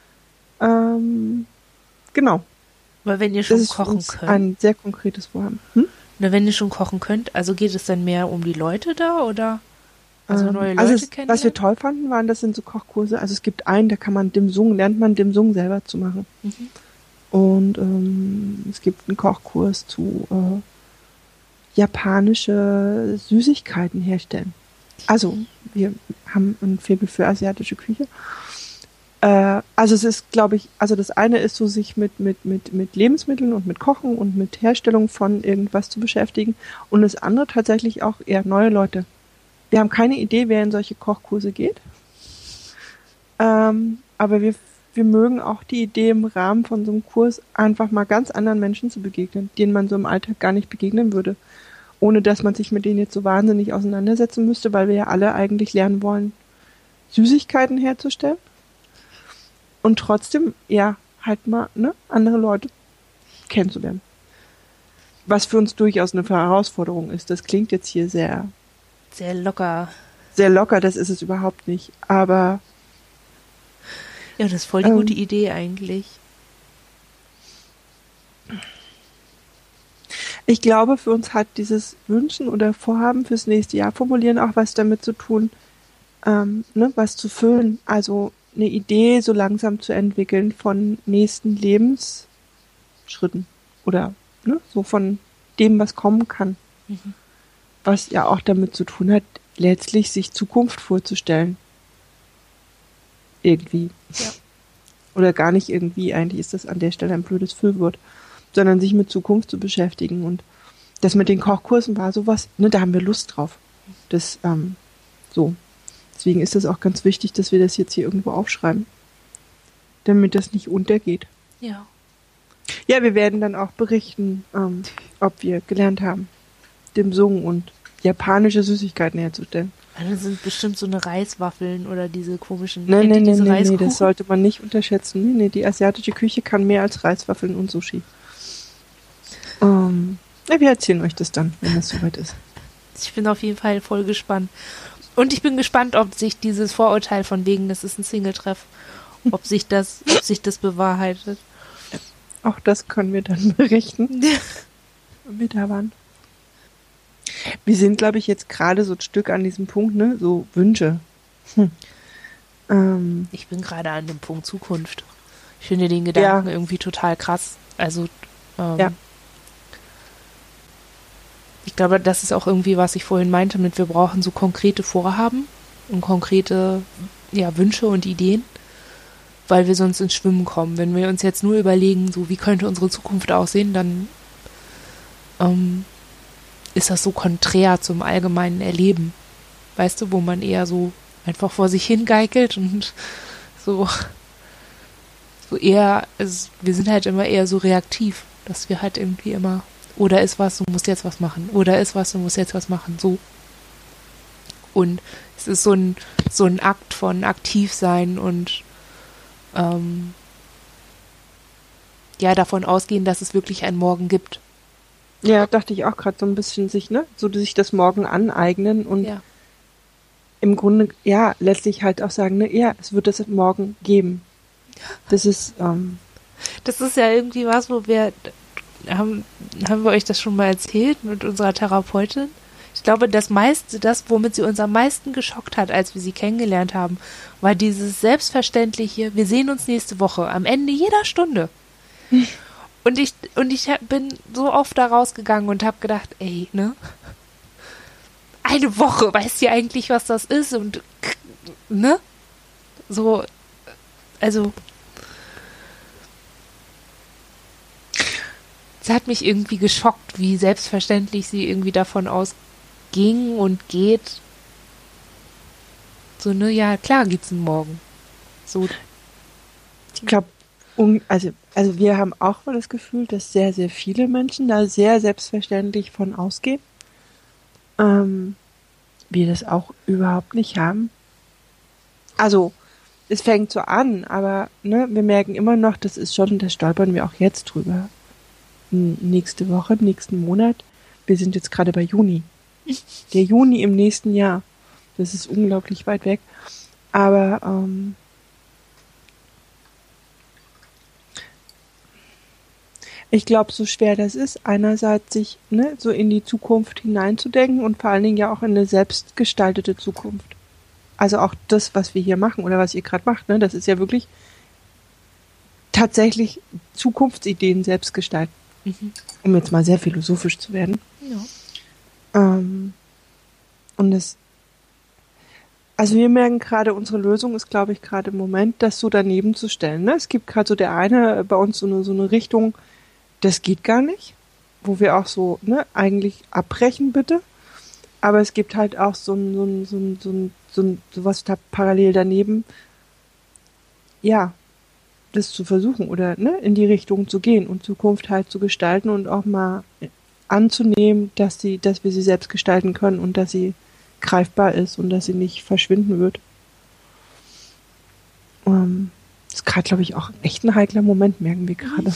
Genau. Weil wenn ihr schon das kochen ist könnt. Ein sehr konkretes Vorhaben. Na, wenn ihr schon kochen könnt, also geht es dann mehr um die Leute da oder also neue Leute kennenlernen? Was wir toll fanden, waren, das sind so Kochkurse. Also es gibt einen, da kann man lernt man Dim Sum selber zu machen. Mhm. Und es gibt einen Kochkurs zu japanische Süßigkeiten herstellen. Also wir haben ein Faible für asiatische Küche. Also es ist, glaube ich, also das eine ist so, sich mit Lebensmitteln und mit Kochen und mit Herstellung von irgendwas zu beschäftigen. Und das andere tatsächlich auch eher neue Leute. Wir haben keine Idee, wer in solche Kochkurse geht. Aber wir wir mögen auch die Idee im Rahmen von so einem Kurs einfach mal ganz anderen Menschen zu begegnen, denen man so im Alltag gar nicht begegnen würde, ohne dass man sich mit denen jetzt so wahnsinnig auseinandersetzen müsste, weil wir ja alle eigentlich lernen wollen, Süßigkeiten herzustellen und trotzdem, ja, halt mal, ne, andere Leute kennenzulernen. Was für uns durchaus eine Herausforderung ist. Das klingt jetzt hier sehr locker. Sehr locker, das ist es überhaupt nicht. Aber ja, das ist voll die gute Idee eigentlich. Ich glaube, für uns hat dieses Wünschen oder Vorhaben fürs nächste Jahr formulieren auch was damit zu tun, was zu füllen. Also eine Idee so langsam zu entwickeln von nächsten Lebensschritten oder so von dem, was kommen kann. Mhm. Was ja auch damit zu tun hat, letztlich sich Zukunft vorzustellen. Irgendwie. Ja. Oder gar nicht irgendwie, eigentlich ist das an der Stelle ein blödes Füllwort, sondern sich mit Zukunft zu beschäftigen. Und das mit den Kochkursen war sowas, da haben wir Lust drauf. Das, so. Deswegen ist das auch ganz wichtig, dass wir das jetzt hier irgendwo aufschreiben. Damit das nicht untergeht. Ja. Ja, wir werden dann auch berichten, ob wir gelernt haben, dem Sung und japanische Süßigkeiten herzustellen. Das sind bestimmt so eine Reiswaffeln oder diese komischen Nee, das sollte man nicht unterschätzen. Nee, die asiatische Küche kann mehr als Reiswaffeln und Sushi. Wir erzählen euch das dann, wenn das soweit ist. Ich bin auf jeden Fall voll gespannt. Und ich bin gespannt, ob sich dieses Vorurteil von wegen, das ist ein Single-Treff, ob sich das bewahrheitet. Auch das können wir dann berichten, wenn wir da waren. Wir sind, glaube ich, jetzt gerade so ein Stück an diesem Punkt, so Wünsche. Ich bin gerade an dem Punkt Zukunft. Ich finde den Gedanken irgendwie total krass. Also, ich glaube, das ist auch irgendwie, was ich vorhin meinte, mit wir brauchen so konkrete Vorhaben und konkrete Wünsche und Ideen, weil wir sonst ins Schwimmen kommen. Wenn wir uns jetzt nur überlegen, so wie könnte unsere Zukunft aussehen, dann ist das so konträr zum allgemeinen Erleben. Weißt du, wo man eher so einfach vor sich hingeigelt und so eher, wir sind halt immer eher so reaktiv, dass wir halt irgendwie immer, oder ist was, du musst jetzt was machen, oder ist was, du musst jetzt was machen, so. Und es ist so ein Akt von aktiv sein und davon ausgehen, dass es wirklich einen Morgen gibt. Ja, dachte ich auch gerade so ein bisschen sich das Morgen aneignen und im Grunde, letztlich halt auch sagen, es wird es morgen geben. Das ist, das ist ja irgendwie was, wo wir, haben wir euch das schon mal erzählt mit unserer Therapeutin? Ich glaube, das womit sie uns am meisten geschockt hat, als wir sie kennengelernt haben, war dieses selbstverständliche, wir sehen uns nächste Woche, am Ende jeder Stunde. Und ich bin so oft da rausgegangen und habe gedacht, ey, eine Woche, weißt du eigentlich, was das ist? Und, so, also, es hat mich irgendwie geschockt, wie selbstverständlich sie irgendwie davon ausging und geht. So, klar gibt's einen Morgen. So. Ich glaube, also wir haben auch das Gefühl, dass sehr, sehr viele Menschen da sehr selbstverständlich von ausgehen. Wir das auch überhaupt nicht haben. Also, es fängt so an, aber wir merken immer noch, das stolpern wir auch jetzt drüber. Nächste Woche, nächsten Monat. Wir sind jetzt gerade bei Juni. Der Juni im nächsten Jahr. Das ist unglaublich weit weg. Aber ich glaube, so schwer das ist, einerseits sich so in die Zukunft hineinzudenken und vor allen Dingen ja auch in eine selbstgestaltete Zukunft. Also auch das, was wir hier machen oder was ihr gerade macht, das ist ja wirklich tatsächlich Zukunftsideen selbst gestalten. Mhm. Um jetzt mal sehr philosophisch zu werden. Ja. Also wir merken gerade, unsere Lösung ist, glaube ich, gerade im Moment, das so daneben zu stellen. Es gibt gerade so der eine bei uns so eine Richtung, das geht gar nicht, wo wir auch so, eigentlich abbrechen bitte. Aber es gibt halt auch sowas da parallel daneben. Ja, das zu versuchen oder ne, in die Richtung zu gehen und Zukunft halt zu gestalten und auch mal anzunehmen, dass wir sie selbst gestalten können und dass sie greifbar ist und dass sie nicht verschwinden wird. Das ist gerade, glaube ich, auch echt ein heikler Moment, merken wir gerade.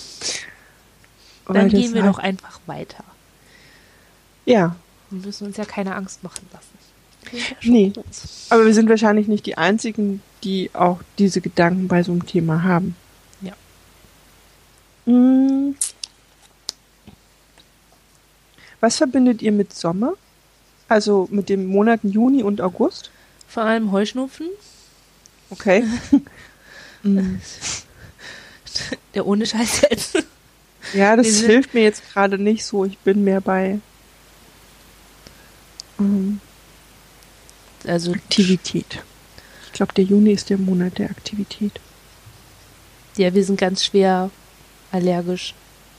Dann gehen wir doch einfach weiter. Ja. Wir müssen uns ja keine Angst machen lassen. Nee, aber wir sind wahrscheinlich nicht die Einzigen, die auch diese Gedanken bei so einem Thema haben. Ja. Was verbindet ihr mit Sommer? Also mit den Monaten Juni und August? Vor allem Heuschnupfen. Okay. Der ohne Scheiß jetzt. Ja, das hilft mir jetzt gerade nicht so. Ich bin mehr bei also Aktivität. Ich glaube, der Juni ist der Monat der Aktivität. Ja, wir sind ganz schwer allergisch.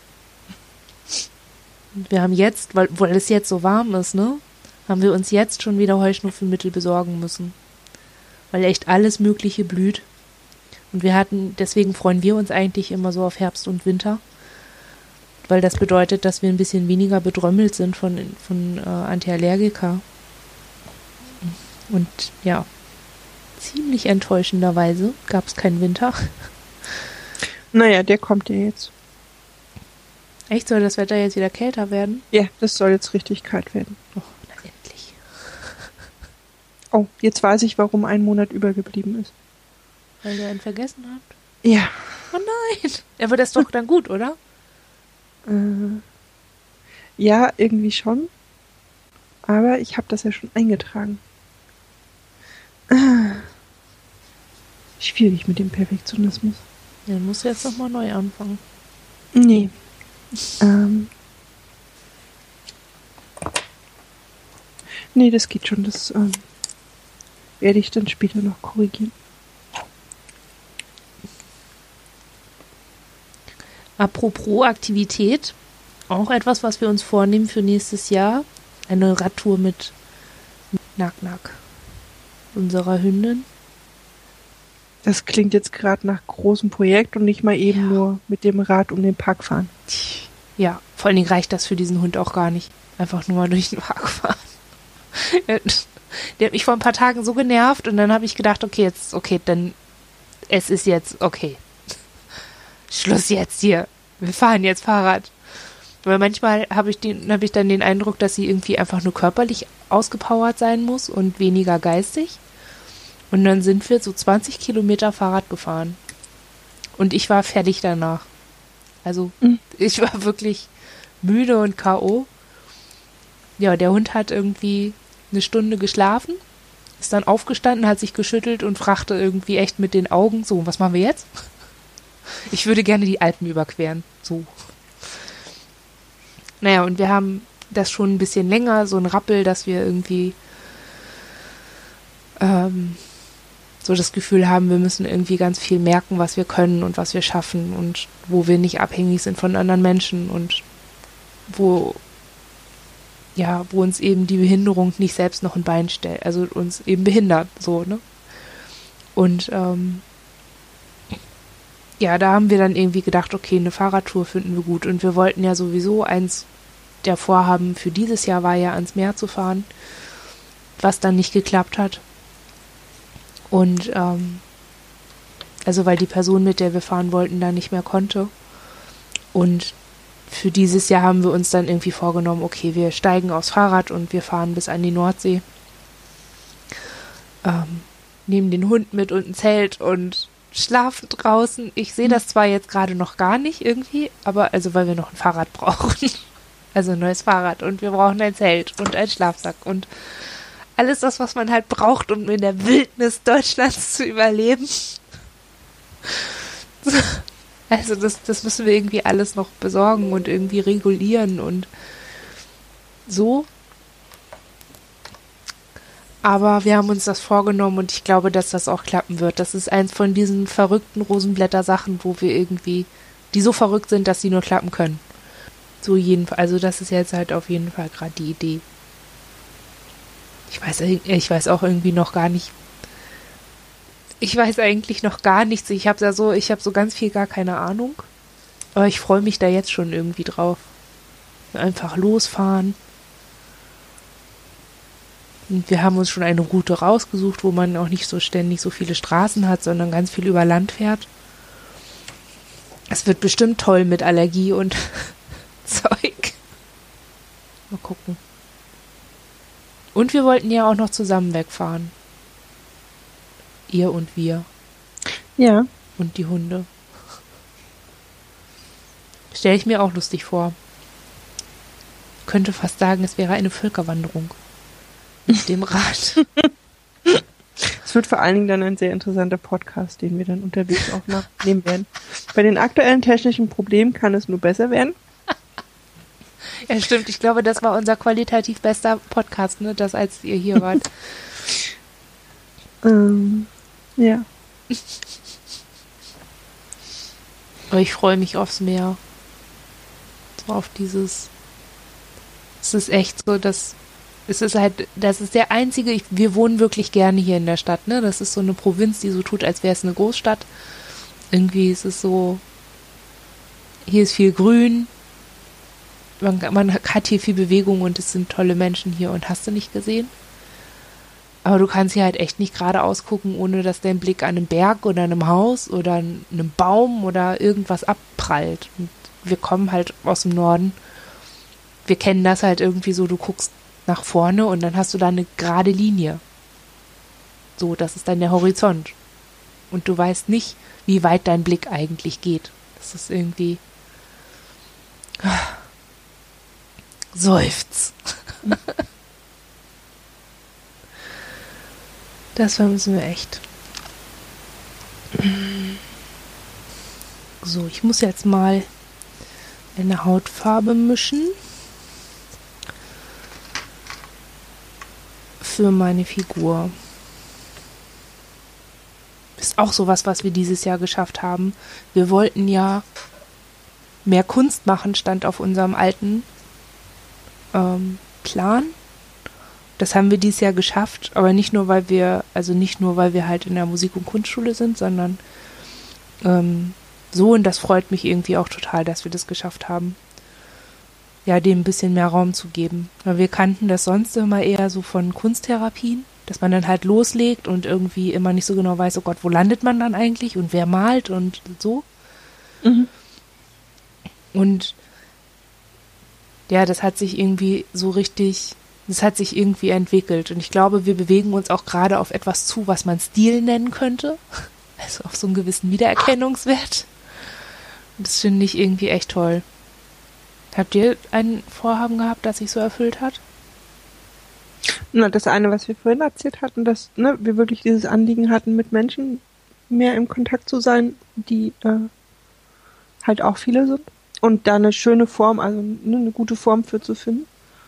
Und wir haben jetzt, weil es jetzt so warm ist, ne, haben wir uns jetzt schon wieder Heuschnupfenmittel besorgen müssen. Weil echt alles Mögliche blüht. Und deswegen freuen wir uns eigentlich immer so auf Herbst und Winter. Weil das bedeutet, dass wir ein bisschen weniger bedrömmelt sind von Antiallergika. Und ja, ziemlich enttäuschenderweise gab es keinen Winter. Naja, der kommt ja jetzt. Echt, soll das Wetter jetzt wieder kälter werden? Ja, das soll jetzt richtig kalt werden. Oh, na endlich. Oh, jetzt weiß ich, warum ein Monat übergeblieben ist. Weil ihr ihn vergessen habt? Ja. Oh nein. Aber das ist doch dann gut, oder? Ja, irgendwie schon. Aber ich habe das ja schon eingetragen. Schwierig mit dem Perfektionismus. Ja, dann musst du jetzt nochmal neu anfangen. Nee. Nee, das geht schon. Das werde ich dann später noch korrigieren. Apropos Aktivität, auch etwas, was wir uns vornehmen für nächstes Jahr. Eine Radtour mit Nack-Nack, unserer Hündin. Das klingt jetzt gerade nach großem Projekt und nicht mal eben nur mit dem Rad um den Park fahren. Ja, vor allen Dingen reicht das für diesen Hund auch gar nicht. Einfach nur mal durch den Park fahren. Der hat mich vor ein paar Tagen so genervt und dann habe ich gedacht, dann es ist jetzt okay. Schluss jetzt hier. Wir fahren jetzt Fahrrad. Weil manchmal habe ich dann den Eindruck, dass sie irgendwie einfach nur körperlich ausgepowert sein muss und weniger geistig. Und dann sind wir so 20 Kilometer Fahrrad gefahren. Und ich war fertig danach. Also ich war wirklich müde und K.O. Ja, der Hund hat irgendwie eine Stunde geschlafen, ist dann aufgestanden, hat sich geschüttelt und fragte irgendwie echt mit den Augen, so, was machen wir jetzt? Ich würde gerne die Alpen überqueren. So. Naja, und wir haben das schon ein bisschen länger, so ein Rappel, dass wir irgendwie so das Gefühl haben, wir müssen irgendwie ganz viel merken, was wir können und was wir schaffen und wo wir nicht abhängig sind von anderen Menschen und wo uns eben die Behinderung nicht selbst noch ein Bein stellt, also uns eben behindert, so, ne? Und da haben wir dann irgendwie gedacht, okay, eine Fahrradtour finden wir gut. Und wir wollten ja sowieso, eins der Vorhaben für dieses Jahr war ja, ans Meer zu fahren, was dann nicht geklappt hat. Und also weil die Person, mit der wir fahren wollten, da nicht mehr konnte. Und für dieses Jahr haben wir uns dann irgendwie vorgenommen, okay, wir steigen aufs Fahrrad und wir fahren bis an die Nordsee. Nehmen den Hund mit und ein Zelt und schlafen draußen. Ich sehe das zwar jetzt gerade noch gar nicht irgendwie, aber also weil wir noch ein Fahrrad brauchen. Also ein neues Fahrrad und wir brauchen ein Zelt und einen Schlafsack und alles das, was man halt braucht, um in der Wildnis Deutschlands zu überleben. Also das müssen wir irgendwie alles noch besorgen und irgendwie regulieren und so. Aber wir haben uns das vorgenommen und ich glaube, dass das auch klappen wird. Das ist eins von diesen verrückten Rosenblätter-Sachen, wo wir irgendwie, die so verrückt sind, dass sie nur klappen können. So also das ist jetzt halt auf jeden Fall gerade die Idee. Ich weiß auch irgendwie noch gar nicht. Ich weiß eigentlich noch gar nichts. Ich habe so ganz viel gar keine Ahnung. Aber ich freue mich da jetzt schon irgendwie drauf. Einfach losfahren. Und wir haben uns schon eine Route rausgesucht, wo man auch nicht so ständig so viele Straßen hat, sondern ganz viel über Land fährt. Es wird bestimmt toll mit Allergie und Zeug. Mal gucken. Und wir wollten ja auch noch zusammen wegfahren. Ihr und wir. Ja. Und die Hunde. Stelle ich mir auch lustig vor. Könnte fast sagen, es wäre eine Völkerwanderung. Mit dem Rad. Es wird vor allen Dingen dann ein sehr interessanter Podcast, den wir dann unterwegs auch nachnehmen werden. Bei den aktuellen technischen Problemen kann es nur besser werden. Ja, stimmt. Ich glaube, das war unser qualitativ bester Podcast, ne? Das, als ihr hier wart. Ja. Aber ich freue mich aufs Meer. So auf dieses. Es ist echt so, das ist der einzige, wir wohnen wirklich gerne hier in der Stadt, ne? Das ist so eine Provinz, die so tut, als wäre es eine Großstadt. Irgendwie ist es so, hier ist viel Grün, man hat hier viel Bewegung und es sind tolle Menschen hier und hast du nicht gesehen? Aber du kannst hier halt echt nicht geradeaus gucken, ohne dass dein Blick an einem Berg oder einem Haus oder einem Baum oder irgendwas abprallt. Und wir kommen halt aus dem Norden. Wir kennen das halt irgendwie so, du guckst nach vorne und dann hast du da eine gerade Linie. So, das ist dann der Horizont. Und du weißt nicht, wie weit dein Blick eigentlich geht. Das ist irgendwie... Seufz. Das vermissen wir echt. So, ich muss jetzt mal eine Hautfarbe mischen. Für meine Figur. Ist auch sowas, was wir dieses Jahr geschafft haben. Wir wollten ja mehr Kunst machen, stand auf unserem alten Plan. Das haben wir dieses Jahr geschafft, aber nicht nur, weil wir halt in der Musik- und Kunstschule sind, sondern so, und das freut mich irgendwie auch total, dass wir das geschafft haben. Ja, dem ein bisschen mehr Raum zu geben. Weil wir kannten das sonst immer eher so von Kunsttherapien, dass man dann halt loslegt und irgendwie immer nicht so genau weiß, oh Gott, wo landet man dann eigentlich und wer malt und so. Mhm. Und ja, das hat sich irgendwie entwickelt. Und ich glaube, wir bewegen uns auch gerade auf etwas zu, was man Stil nennen könnte. Also auf so einen gewissen Wiedererkennungswert. Und das finde ich irgendwie echt toll. Habt ihr ein Vorhaben gehabt, das sich so erfüllt hat? Na, das eine, was wir vorhin erzählt hatten, dass wir wirklich dieses Anliegen hatten, mit Menschen mehr im Kontakt zu sein, die halt auch viele sind. Und da eine schöne Form, also eine gute Form für zu finden.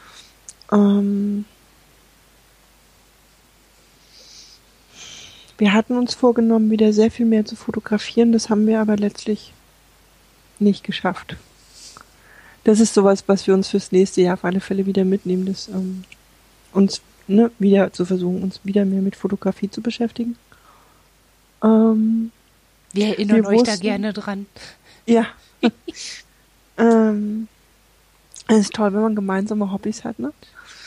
Wir hatten uns vorgenommen, wieder sehr viel mehr zu fotografieren. Das haben wir aber letztlich nicht geschafft. Das ist sowas, was wir uns fürs nächste Jahr auf alle Fälle wieder mitnehmen, dass uns wieder zu versuchen, uns wieder mehr mit Fotografie zu beschäftigen. Wir erinnern euch da gerne dran. Ja. Es ist toll, wenn man gemeinsame Hobbys hat, ne?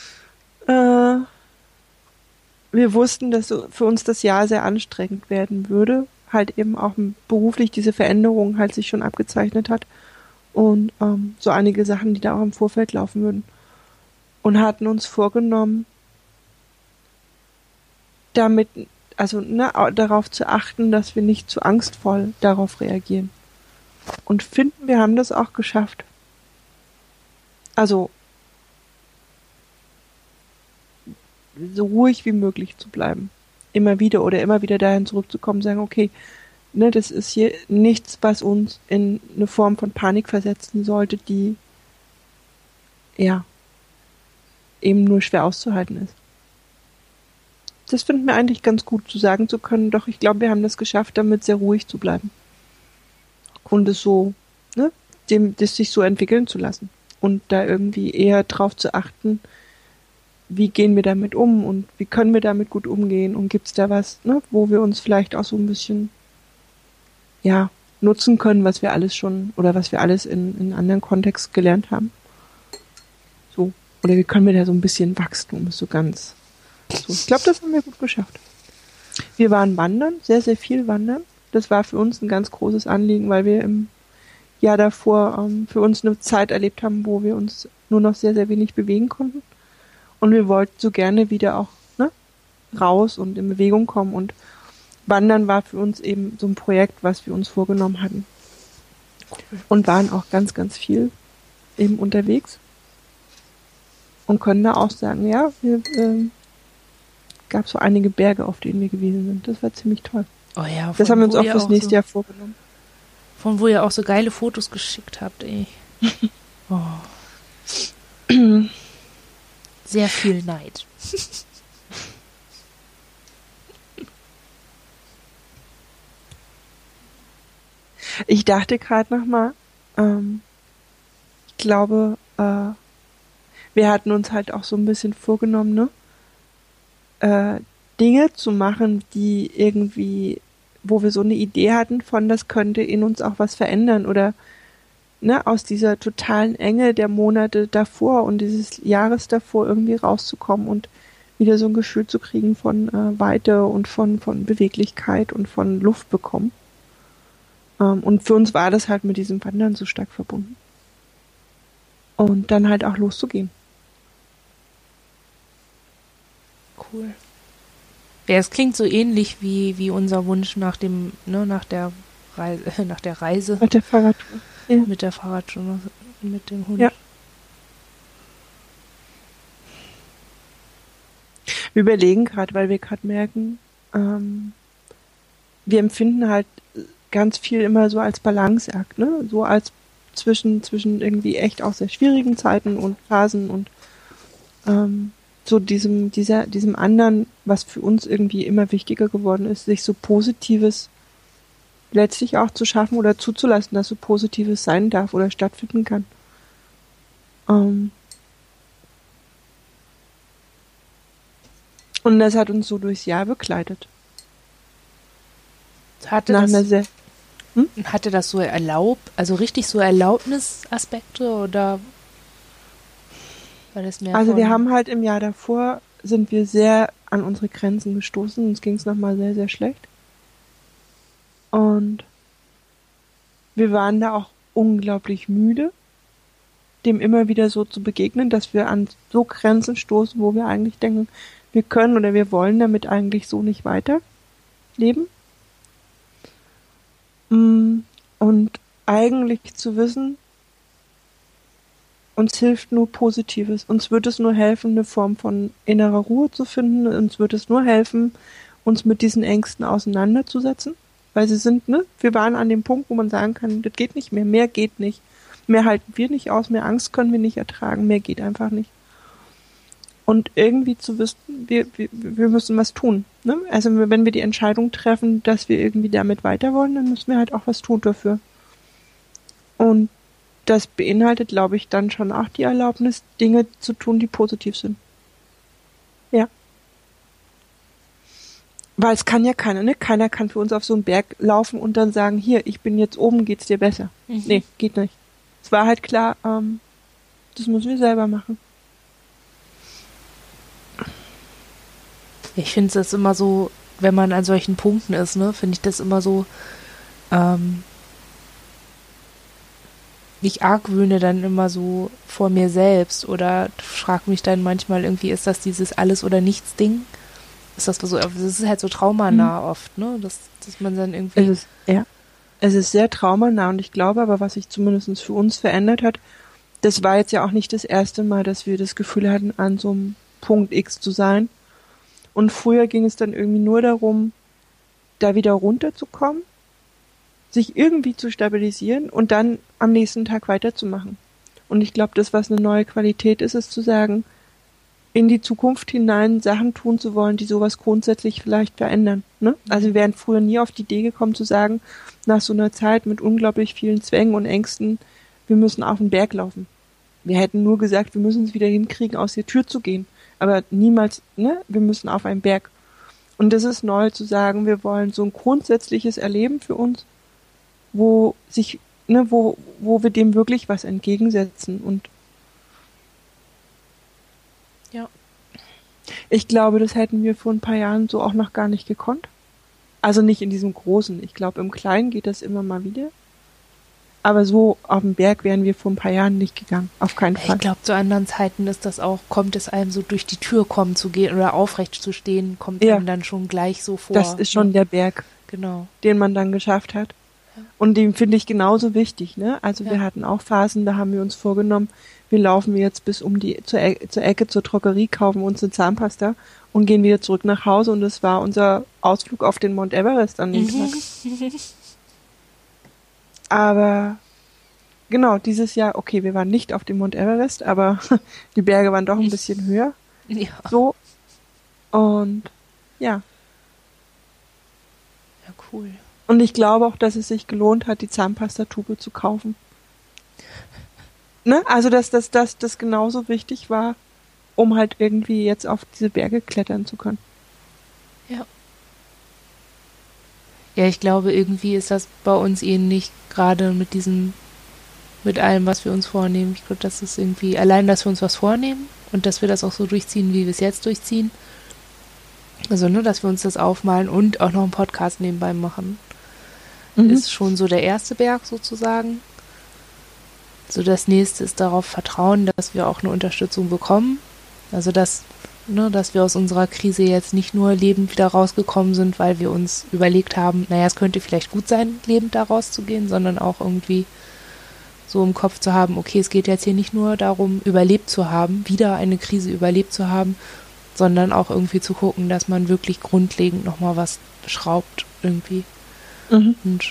Wir wussten, dass für uns das Jahr sehr anstrengend werden würde. Halt eben auch beruflich diese Veränderung halt sich schon abgezeichnet hat. Und so einige Sachen, die da auch im Vorfeld laufen würden. Und hatten uns vorgenommen, damit, darauf zu achten, dass wir nicht zu angstvoll darauf reagieren. Und finden, wir haben das auch geschafft. Also so ruhig wie möglich zu bleiben. Immer wieder dahin zurückzukommen, sagen, okay, das ist hier nichts, was uns in eine Form von Panik versetzen sollte, die ja eben nur schwer auszuhalten ist. Das finden wir eigentlich ganz gut, zu sagen zu können, doch ich glaube, wir haben das geschafft, damit sehr ruhig zu bleiben. Und es so, das sich so entwickeln zu lassen. Und da irgendwie eher drauf zu achten, wie gehen wir damit um und wie können wir damit gut umgehen und gibt's da was, ne, wo wir uns vielleicht auch so ein bisschen, ja, nutzen können, was wir alles schon oder was wir alles in anderen Kontext gelernt haben. So. Oder wie können wir da so ein bisschen Wachstum, so ganz. So. Ich glaube, das haben wir gut geschafft. Wir waren wandern, sehr, sehr viel wandern. Das war für uns ein ganz großes Anliegen, weil wir im Jahr davor für uns eine Zeit erlebt haben, wo wir uns nur noch sehr, sehr wenig bewegen konnten. Und wir wollten so gerne wieder auch, ne, raus und in Bewegung kommen. Und Wandern war für uns eben so ein Projekt, was wir uns vorgenommen hatten. Cool. Und waren auch ganz, ganz viel eben unterwegs. Und können da auch sagen, ja, wir gab so einige Berge, auf denen wir gewesen sind. Das war ziemlich toll. Oh ja, das haben wir uns auch fürs nächste Jahr vorgenommen. Von wo ihr auch so geile Fotos geschickt habt, ey. Oh. Sehr viel Neid. Ich dachte gerade nochmal, ich glaube, wir hatten uns halt auch so ein bisschen vorgenommen, ne? Dinge zu machen, die irgendwie, wo wir so eine Idee hatten von, das könnte in uns auch was verändern oder ne, aus dieser totalen Enge der Monate davor und dieses Jahres davor irgendwie rauszukommen und wieder so ein Gefühl zu kriegen von Weite und von Beweglichkeit und von Luft bekommen. Und für uns war das halt mit diesem Wandern so stark verbunden. Und dann halt auch loszugehen. Cool. Ja, es klingt so ähnlich wie unser Wunsch nach dem, ne, nach der Reise. Mit der Fahrradtour. Ja. Mit der Fahrradtour, mit dem Hund. Ja. Wir überlegen gerade, weil wir gerade merken, wir empfinden halt ganz viel immer so als Balanceakt, ne? So als zwischen irgendwie echt auch sehr schwierigen Zeiten und Phasen und so diesem anderen, was für uns irgendwie immer wichtiger geworden ist, sich so Positives letztlich auch zu schaffen oder zuzulassen, dass so Positives sein darf oder stattfinden kann. Und das hat uns so durchs Jahr begleitet. Hatte das so also richtig so Erlaubnisaspekte oder war das mehr? Also wir haben halt im Jahr davor sind wir sehr an unsere Grenzen gestoßen, uns ging es nochmal sehr, sehr schlecht. Und wir waren da auch unglaublich müde, dem immer wieder so zu begegnen, dass wir an so Grenzen stoßen, wo wir eigentlich denken, wir können oder wir wollen damit eigentlich so nicht weiterleben. Und eigentlich zu wissen, uns hilft nur Positives. Uns wird es nur helfen, eine Form von innerer Ruhe zu finden. Uns wird es nur helfen, uns mit diesen Ängsten auseinanderzusetzen. Weil sie sind, ne? Wir waren an dem Punkt, wo man sagen kann, das geht nicht mehr. Mehr geht nicht. Mehr halten wir nicht aus. Mehr Angst können wir nicht ertragen. Mehr geht einfach nicht. Und irgendwie zu wissen, wir müssen was tun. Ne? Also wenn wir die Entscheidung treffen, dass wir irgendwie damit weiter wollen, dann müssen wir halt auch was tun dafür. Und das beinhaltet, glaube ich, dann schon auch die Erlaubnis, Dinge zu tun, die positiv sind. Ja. Weil es kann ja keiner, ne? Keiner kann für uns auf so einen Berg laufen und dann sagen, hier, ich bin jetzt oben, geht's dir besser. Mhm. Nee, geht nicht. Es war halt klar, das müssen wir selber machen. Ich finde es immer so, wenn man an solchen Punkten ist, ne, finde ich das immer so, ich argwöhne dann immer so vor mir selbst oder frage mich dann manchmal irgendwie, ist das dieses Alles- oder Nichts-Ding? Ist das so, das ist halt so traumanah oft, ne, dass man dann irgendwie... Es ist sehr traumanah und ich glaube aber, was sich zumindest für uns verändert hat, das war jetzt ja auch nicht das erste Mal, dass wir das Gefühl hatten, an so einem Punkt X zu sein. Und früher ging es dann irgendwie nur darum, da wieder runterzukommen, sich irgendwie zu stabilisieren und dann am nächsten Tag weiterzumachen. Und ich glaube, das, was eine neue Qualität ist, ist zu sagen, in die Zukunft hinein Sachen tun zu wollen, die sowas grundsätzlich vielleicht verändern. Ne? Also wir wären früher nie auf die Idee gekommen zu sagen, nach so einer Zeit mit unglaublich vielen Zwängen und Ängsten, wir müssen auf den Berg laufen. Wir hätten nur gesagt, wir müssen es wieder hinkriegen, aus der Tür zu gehen. aber niemals, ne, wir müssen auf einen Berg. Und das ist neu zu sagen, wir wollen so ein grundsätzliches Erleben für uns, wo sich, ne, wo wir dem wirklich was entgegensetzen. Und Ja. ich glaube, das hätten wir vor ein paar Jahren so auch noch gar nicht gekonnt. Also nicht in diesem Großen. Ich glaube, im Kleinen geht das immer mal wieder. Aber so auf den Berg wären wir vor ein paar Jahren nicht gegangen. Auf keinen Fall. Ich glaube, zu anderen Zeiten ist das auch, kommt es einem so durch die Tür kommen zu gehen oder aufrecht zu stehen, kommt einem dann schon gleich so vor. Das ist schon der Berg, genau, den man dann geschafft hat. Ja. Und den finde ich genauso wichtig, ne? Also wir hatten auch Phasen, da haben wir uns vorgenommen, wir laufen jetzt bis zur Ecke zur Drogerie, kaufen uns eine Zahnpasta und gehen wieder zurück nach Hause, und das war unser Ausflug auf den Mount Everest an dem Tag. Aber genau, dieses Jahr, okay, wir waren nicht auf dem Mount Everest, aber die Berge waren doch ein bisschen höher. Ja. So. Und ja. Ja, cool. Und ich glaube auch, dass es sich gelohnt hat, die Zahnpastatube zu kaufen. Ne? Also, dass das genauso wichtig war, um halt irgendwie jetzt auf diese Berge klettern zu können. Ja. Ja, ich glaube, irgendwie ist das bei uns ähnlich, gerade mit allem, was wir uns vornehmen. Ich glaube, das ist irgendwie, allein, dass wir uns was vornehmen und dass wir das auch so durchziehen, wie wir es jetzt durchziehen. Also, ne, dass wir uns das aufmalen und auch noch einen Podcast nebenbei machen. Ist schon so der erste Berg sozusagen. So, das nächste ist darauf vertrauen, dass wir auch eine Unterstützung bekommen. Also, dass wir aus unserer Krise jetzt nicht nur lebend wieder rausgekommen sind, weil wir uns überlegt haben, naja, es könnte vielleicht gut sein, lebend da rauszugehen, sondern auch irgendwie so im Kopf zu haben, okay, es geht jetzt hier nicht nur darum, überlebt zu haben, wieder eine Krise überlebt zu haben, sondern auch irgendwie zu gucken, dass man wirklich grundlegend nochmal was schraubt irgendwie. Und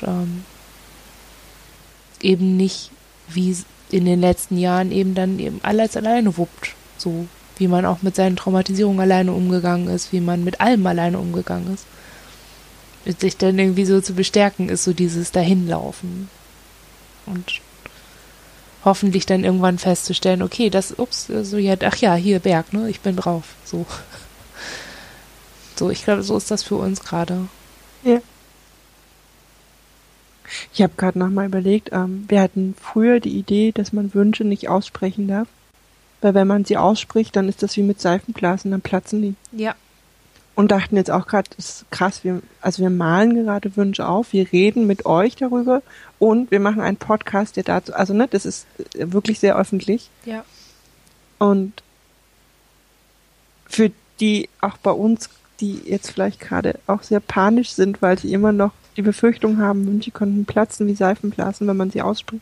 eben nicht, wie in den letzten Jahren eben dann eben alles alleine wuppt. So wie man auch mit seinen Traumatisierungen alleine umgegangen ist, wie man mit allem alleine umgegangen ist. Und sich dann irgendwie so zu bestärken, ist so dieses Dahinlaufen. Und hoffentlich dann irgendwann festzustellen, okay, ach ja, hier Berg, ne, ich bin drauf. So. So, ich glaube, so ist das für uns gerade. Ja. Ich habe gerade nochmal überlegt, wir hatten früher die Idee, dass man Wünsche nicht aussprechen darf. Weil wenn man sie ausspricht, dann ist das wie mit Seifenblasen, dann platzen die. Ja. Und dachten jetzt auch gerade, das ist krass, wir malen gerade Wünsche auf, wir reden mit euch darüber und wir machen einen Podcast, der dazu, also ne, das ist wirklich sehr öffentlich. Ja. Und für die auch bei uns, die jetzt vielleicht gerade auch sehr panisch sind, weil sie immer noch die Befürchtung haben, Wünsche könnten platzen wie Seifenblasen, wenn man sie ausspricht.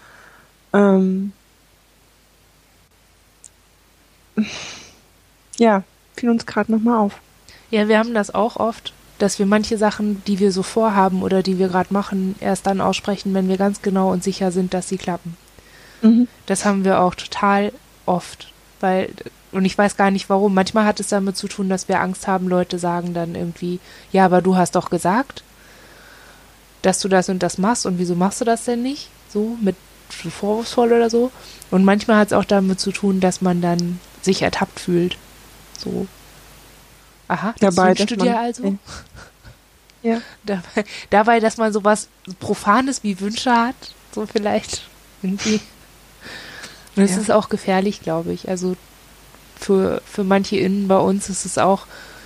Ja, fiel uns gerade nochmal auf. Ja, wir haben das auch oft, dass wir manche Sachen, die wir so vorhaben oder die wir gerade machen, erst dann aussprechen, wenn wir ganz genau und sicher sind, dass sie klappen. Das haben wir auch total oft, und ich weiß gar nicht warum. Manchmal hat es damit zu tun, dass wir Angst haben, Leute sagen dann irgendwie, ja, aber du hast doch gesagt, dass du das und das machst und wieso machst du das denn nicht? So, mit vorwurfsvoll oder so. Und manchmal hat es auch damit zu tun, dass man dann sich ertappt fühlt. So. Aha, das wünschst du dir also? Ja. Dabei, dass man sowas Profanes wie Wünsche hat, so vielleicht irgendwie. Und es ist auch gefährlich, glaube ich. Also für manche innen bei uns ist es auch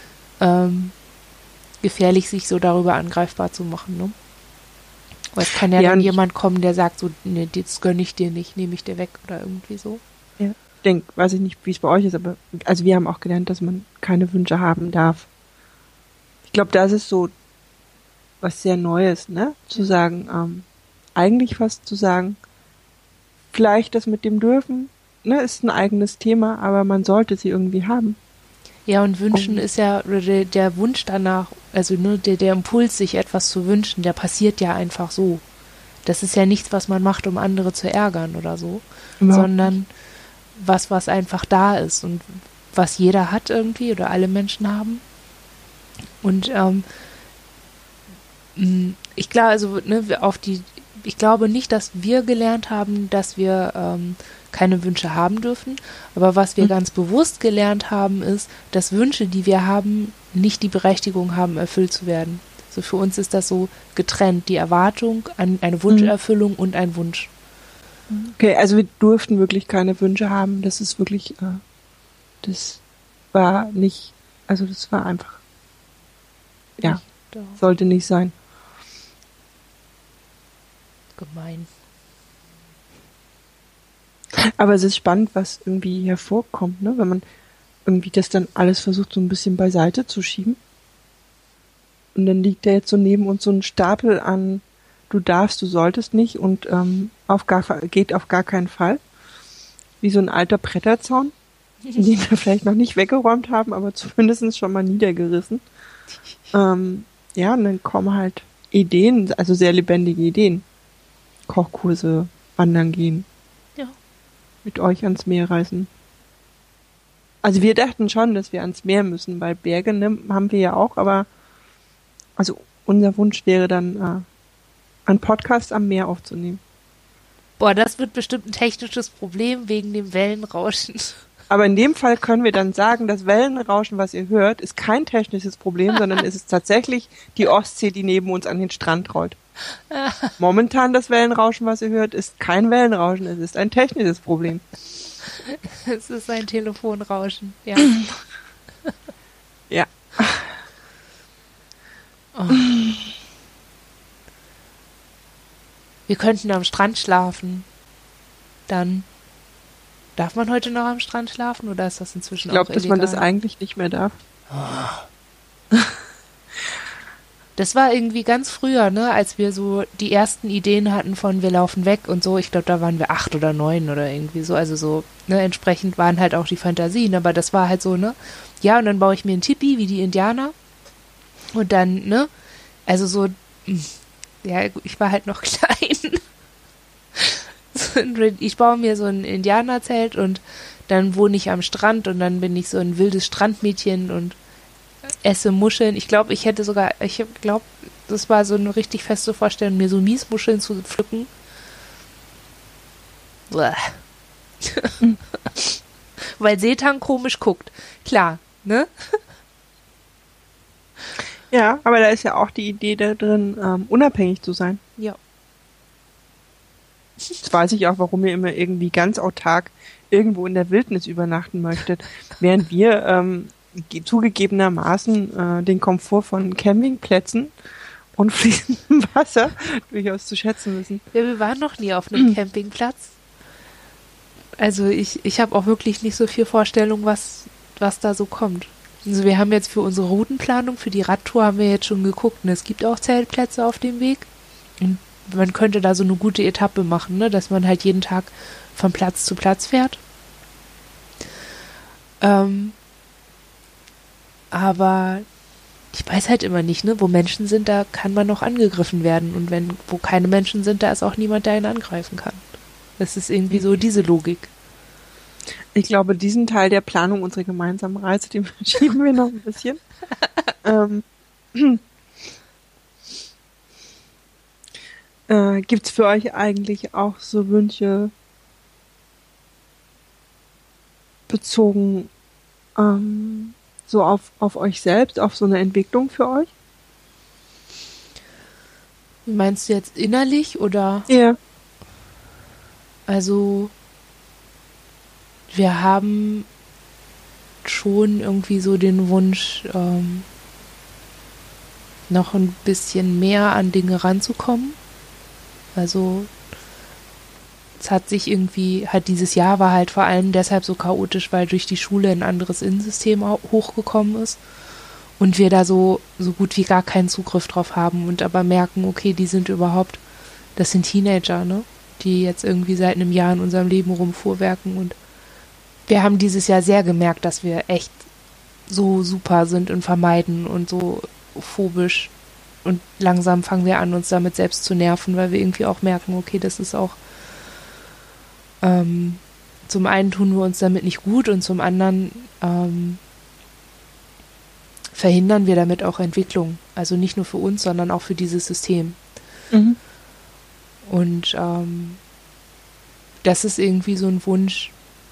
gefährlich, sich so darüber angreifbar zu machen, ne? Weil es kann ja dann jemand kommen, der sagt so, nee, das gönne ich dir nicht, nehme ich dir weg oder irgendwie so. Ja. Weiß ich nicht, wie es bei euch ist, aber also wir haben auch gelernt, dass man keine Wünsche haben darf. Ich glaube, das ist so was sehr Neues, ne? Zu sagen, eigentlich fast zu sagen, vielleicht das mit dem Dürfen, ne, ist ein eigenes Thema, aber man sollte sie irgendwie haben. Ja, und wünschen ist ja, der Wunsch danach, also ne, der Impuls, sich etwas zu wünschen, der passiert ja einfach so. Das ist ja nichts, was man macht, um andere zu ärgern oder so, sondern was einfach da ist und was jeder hat irgendwie oder alle Menschen haben. Und ich glaube, also ne, ich glaube nicht, dass wir gelernt haben, dass wir keine Wünsche haben dürfen. Aber was wir ganz bewusst gelernt haben, ist, dass Wünsche, die wir haben, nicht die Berechtigung haben, erfüllt zu werden. So für uns ist das so getrennt, die Erwartung an eine Wunscherfüllung und ein Wunsch. Okay, also wir durften wirklich keine Wünsche haben. Das ist wirklich, das war nicht, also das war einfach, ja, sollte nicht sein. Gemein. Aber es ist spannend, was irgendwie hervorkommt, ne? Wenn man irgendwie das dann alles versucht, so ein bisschen beiseite zu schieben. Und dann liegt da jetzt so neben uns so ein Stapel an, du darfst, du solltest nicht und geht auf gar keinen Fall. Wie so ein alter Bretterzaun, den wir vielleicht noch nicht weggeräumt haben, aber zumindest schon mal niedergerissen. Ja, und dann kommen halt Ideen, also sehr lebendige Ideen. Kochkurse, wandern gehen. Ja. Mit euch ans Meer reisen. Also wir dachten schon, dass wir ans Meer müssen, weil Berge haben wir ja auch, aber also unser Wunsch wäre dann, einen Podcast am Meer aufzunehmen. Boah, das wird bestimmt ein technisches Problem wegen dem Wellenrauschen. Aber in dem Fall können wir dann sagen, das Wellenrauschen, was ihr hört, ist kein technisches Problem, sondern es ist tatsächlich die Ostsee, die neben uns an den Strand rollt. Momentan das Wellenrauschen, was ihr hört, ist kein Wellenrauschen, es ist ein technisches Problem. Es ist ein Telefonrauschen, ja. Ja. Oh. Wir könnten am Strand schlafen. Dann darf man heute noch am Strand schlafen oder ist das inzwischen auch illegal? Ich glaube, dass man das eigentlich nicht mehr darf. Das war irgendwie ganz früher, ne, als wir so die ersten Ideen hatten von wir laufen weg und so. Ich glaube, da waren wir 8 oder 9 oder irgendwie so. Also so, ne, entsprechend waren halt auch die Fantasien. Aber das war halt so, ne, ja, und dann baue ich mir einen Tipi wie die Indianer. Und dann, ne, also so, ja, ich war halt noch klein. Ich baue mir so ein Indianerzelt und dann wohne ich am Strand und dann bin ich so ein wildes Strandmädchen und esse Muscheln. Ich glaube, das war so eine richtig feste Vorstellung, mir so Miesmuscheln zu pflücken. Weil Seetang komisch guckt. Klar, ne? Ja, aber da ist ja auch die Idee da drin, unabhängig zu sein. Ja. Jetzt weiß ich auch, warum ihr immer irgendwie ganz autark irgendwo in der Wildnis übernachten möchtet, während wir zugegebenermaßen den Komfort von Campingplätzen und fließendem Wasser durchaus zu schätzen wissen. Ja, wir waren noch nie auf einem Campingplatz. Also ich habe auch wirklich nicht so viel Vorstellung, was da so kommt. Also wir haben jetzt für unsere Routenplanung, für die Radtour haben wir jetzt schon geguckt. Und es gibt auch Zeltplätze auf dem Weg. Und man könnte da so eine gute Etappe machen, ne, dass man halt jeden Tag von Platz zu Platz fährt. Aber ich weiß halt immer nicht, ne, wo Menschen sind, da kann man noch angegriffen werden. Und wo keine Menschen sind, da ist auch niemand, der ihn angreifen kann. Das ist irgendwie so diese Logik. Ich glaube, diesen Teil der Planung unserer gemeinsamen Reise, den verschieben wir noch ein bisschen. Gibt's für euch eigentlich auch so Wünsche bezogen so auf euch selbst, auf so eine Entwicklung für euch? Wie meinst du jetzt innerlich oder? Ja. Also wir haben schon irgendwie so den Wunsch, noch ein bisschen mehr an Dinge ranzukommen. Also es hat sich irgendwie, halt dieses Jahr war halt vor allem deshalb so chaotisch, weil durch die Schule ein anderes Innensystem hochgekommen ist und wir da so gut wie gar keinen Zugriff drauf haben und aber merken, okay, das sind Teenager, ne, die jetzt irgendwie seit einem Jahr in unserem Leben rumfuhrwerken und wir haben dieses Jahr sehr gemerkt, dass wir echt so super sind und vermeiden und so phobisch und langsam fangen wir an, uns damit selbst zu nerven, weil wir irgendwie auch merken, okay, das ist auch zum einen tun wir uns damit nicht gut und zum anderen verhindern wir damit auch Entwicklung. Also nicht nur für uns, sondern auch für dieses System. Mhm. Und das ist irgendwie so ein Wunsch,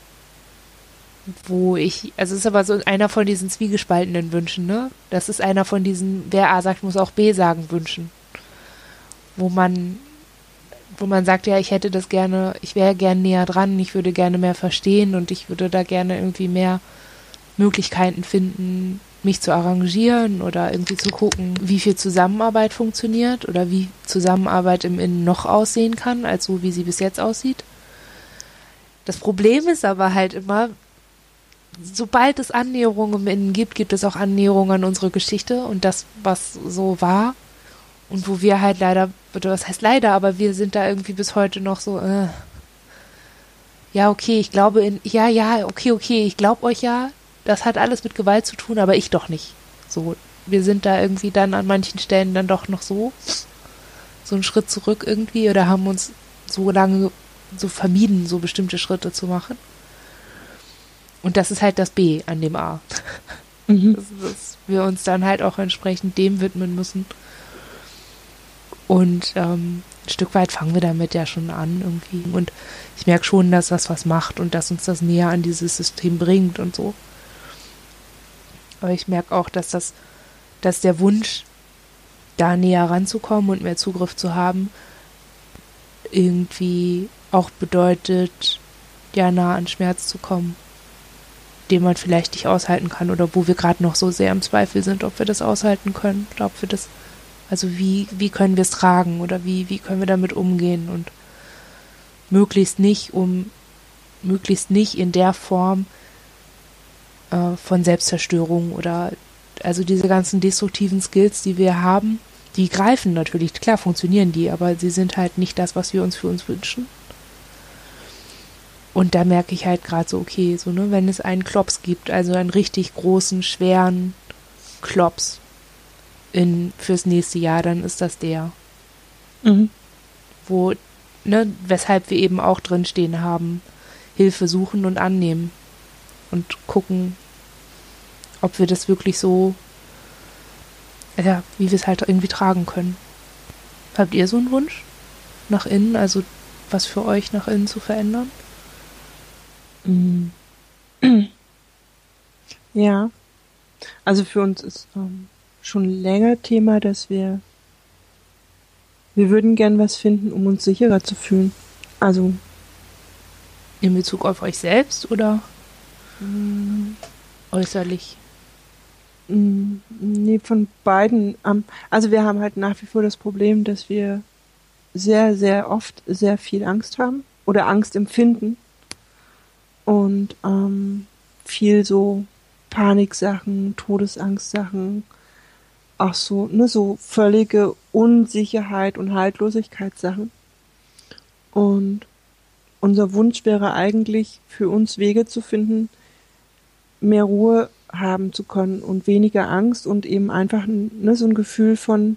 also es ist aber so einer von diesen zwiegespaltenen Wünschen, ne? Das ist einer von diesen, wer A sagt, muss auch B sagen, Wünschen. Wo man sagt, ja, ich hätte das gerne, ich wäre gerne näher dran, ich würde gerne mehr verstehen und ich würde da gerne irgendwie mehr Möglichkeiten finden, mich zu arrangieren oder irgendwie zu gucken, wie viel Zusammenarbeit funktioniert oder wie Zusammenarbeit im Innen noch aussehen kann, als so, wie sie bis jetzt aussieht. Das Problem ist aber halt immer, sobald es Annäherungen im Innen gibt, gibt es auch Annäherungen an unsere Geschichte und das, was so war und wo wir halt leider, oder was heißt leider, aber wir sind da irgendwie bis heute noch so, ja, okay, ich glaube okay, ich glaube euch ja, das hat alles mit Gewalt zu tun, aber ich doch nicht. So, wir sind da irgendwie dann an manchen Stellen dann doch noch so einen Schritt zurück irgendwie oder haben uns so lange so vermieden, so bestimmte Schritte zu machen. Und das ist halt das B an dem A. Dass wir uns dann halt auch entsprechend dem widmen müssen. Und ein Stück weit fangen wir damit ja schon an irgendwie. Und ich merke schon, dass das was macht und dass uns das näher an dieses System bringt und so. Aber ich merke auch, dass der Wunsch, da näher ranzukommen und mehr Zugriff zu haben, irgendwie auch bedeutet, ja, nah an Schmerz zu kommen, den man vielleicht nicht aushalten kann oder wo wir gerade noch so sehr im Zweifel sind, ob wir das aushalten können oder ob wir das, also wie können wir es tragen oder wie können wir damit umgehen und möglichst nicht in der Form von Selbstzerstörung oder also diese ganzen destruktiven Skills, die wir haben, die greifen natürlich, klar funktionieren die, aber sie sind halt nicht das, was wir uns für uns wünschen. Und da merke ich halt gerade so, okay, so, ne, wenn es einen Klops gibt, also einen richtig großen, schweren Klops fürs nächste Jahr, dann ist das der. Wo, ne, weshalb wir eben auch drinstehen haben, Hilfe suchen und annehmen und gucken, ob wir das wirklich so, ja, wie wir es halt irgendwie tragen können. Habt ihr so einen Wunsch nach innen, also was für euch nach innen zu verändern? Ja, also für uns ist schon länger Thema, dass wir würden gern was finden, um uns sicherer zu fühlen. Also in Bezug auf euch selbst oder äußerlich? Nee, von beiden. Also wir haben halt nach wie vor das Problem, dass wir sehr, sehr oft sehr viel Angst haben oder Angst empfinden und viel so Paniksachen, Todesangstsachen, auch so, ne, so völlige Unsicherheit und Haltlosigkeitssachen. Und unser Wunsch wäre eigentlich für uns Wege zu finden, mehr Ruhe haben zu können und weniger Angst und eben einfach ne, so ein Gefühl von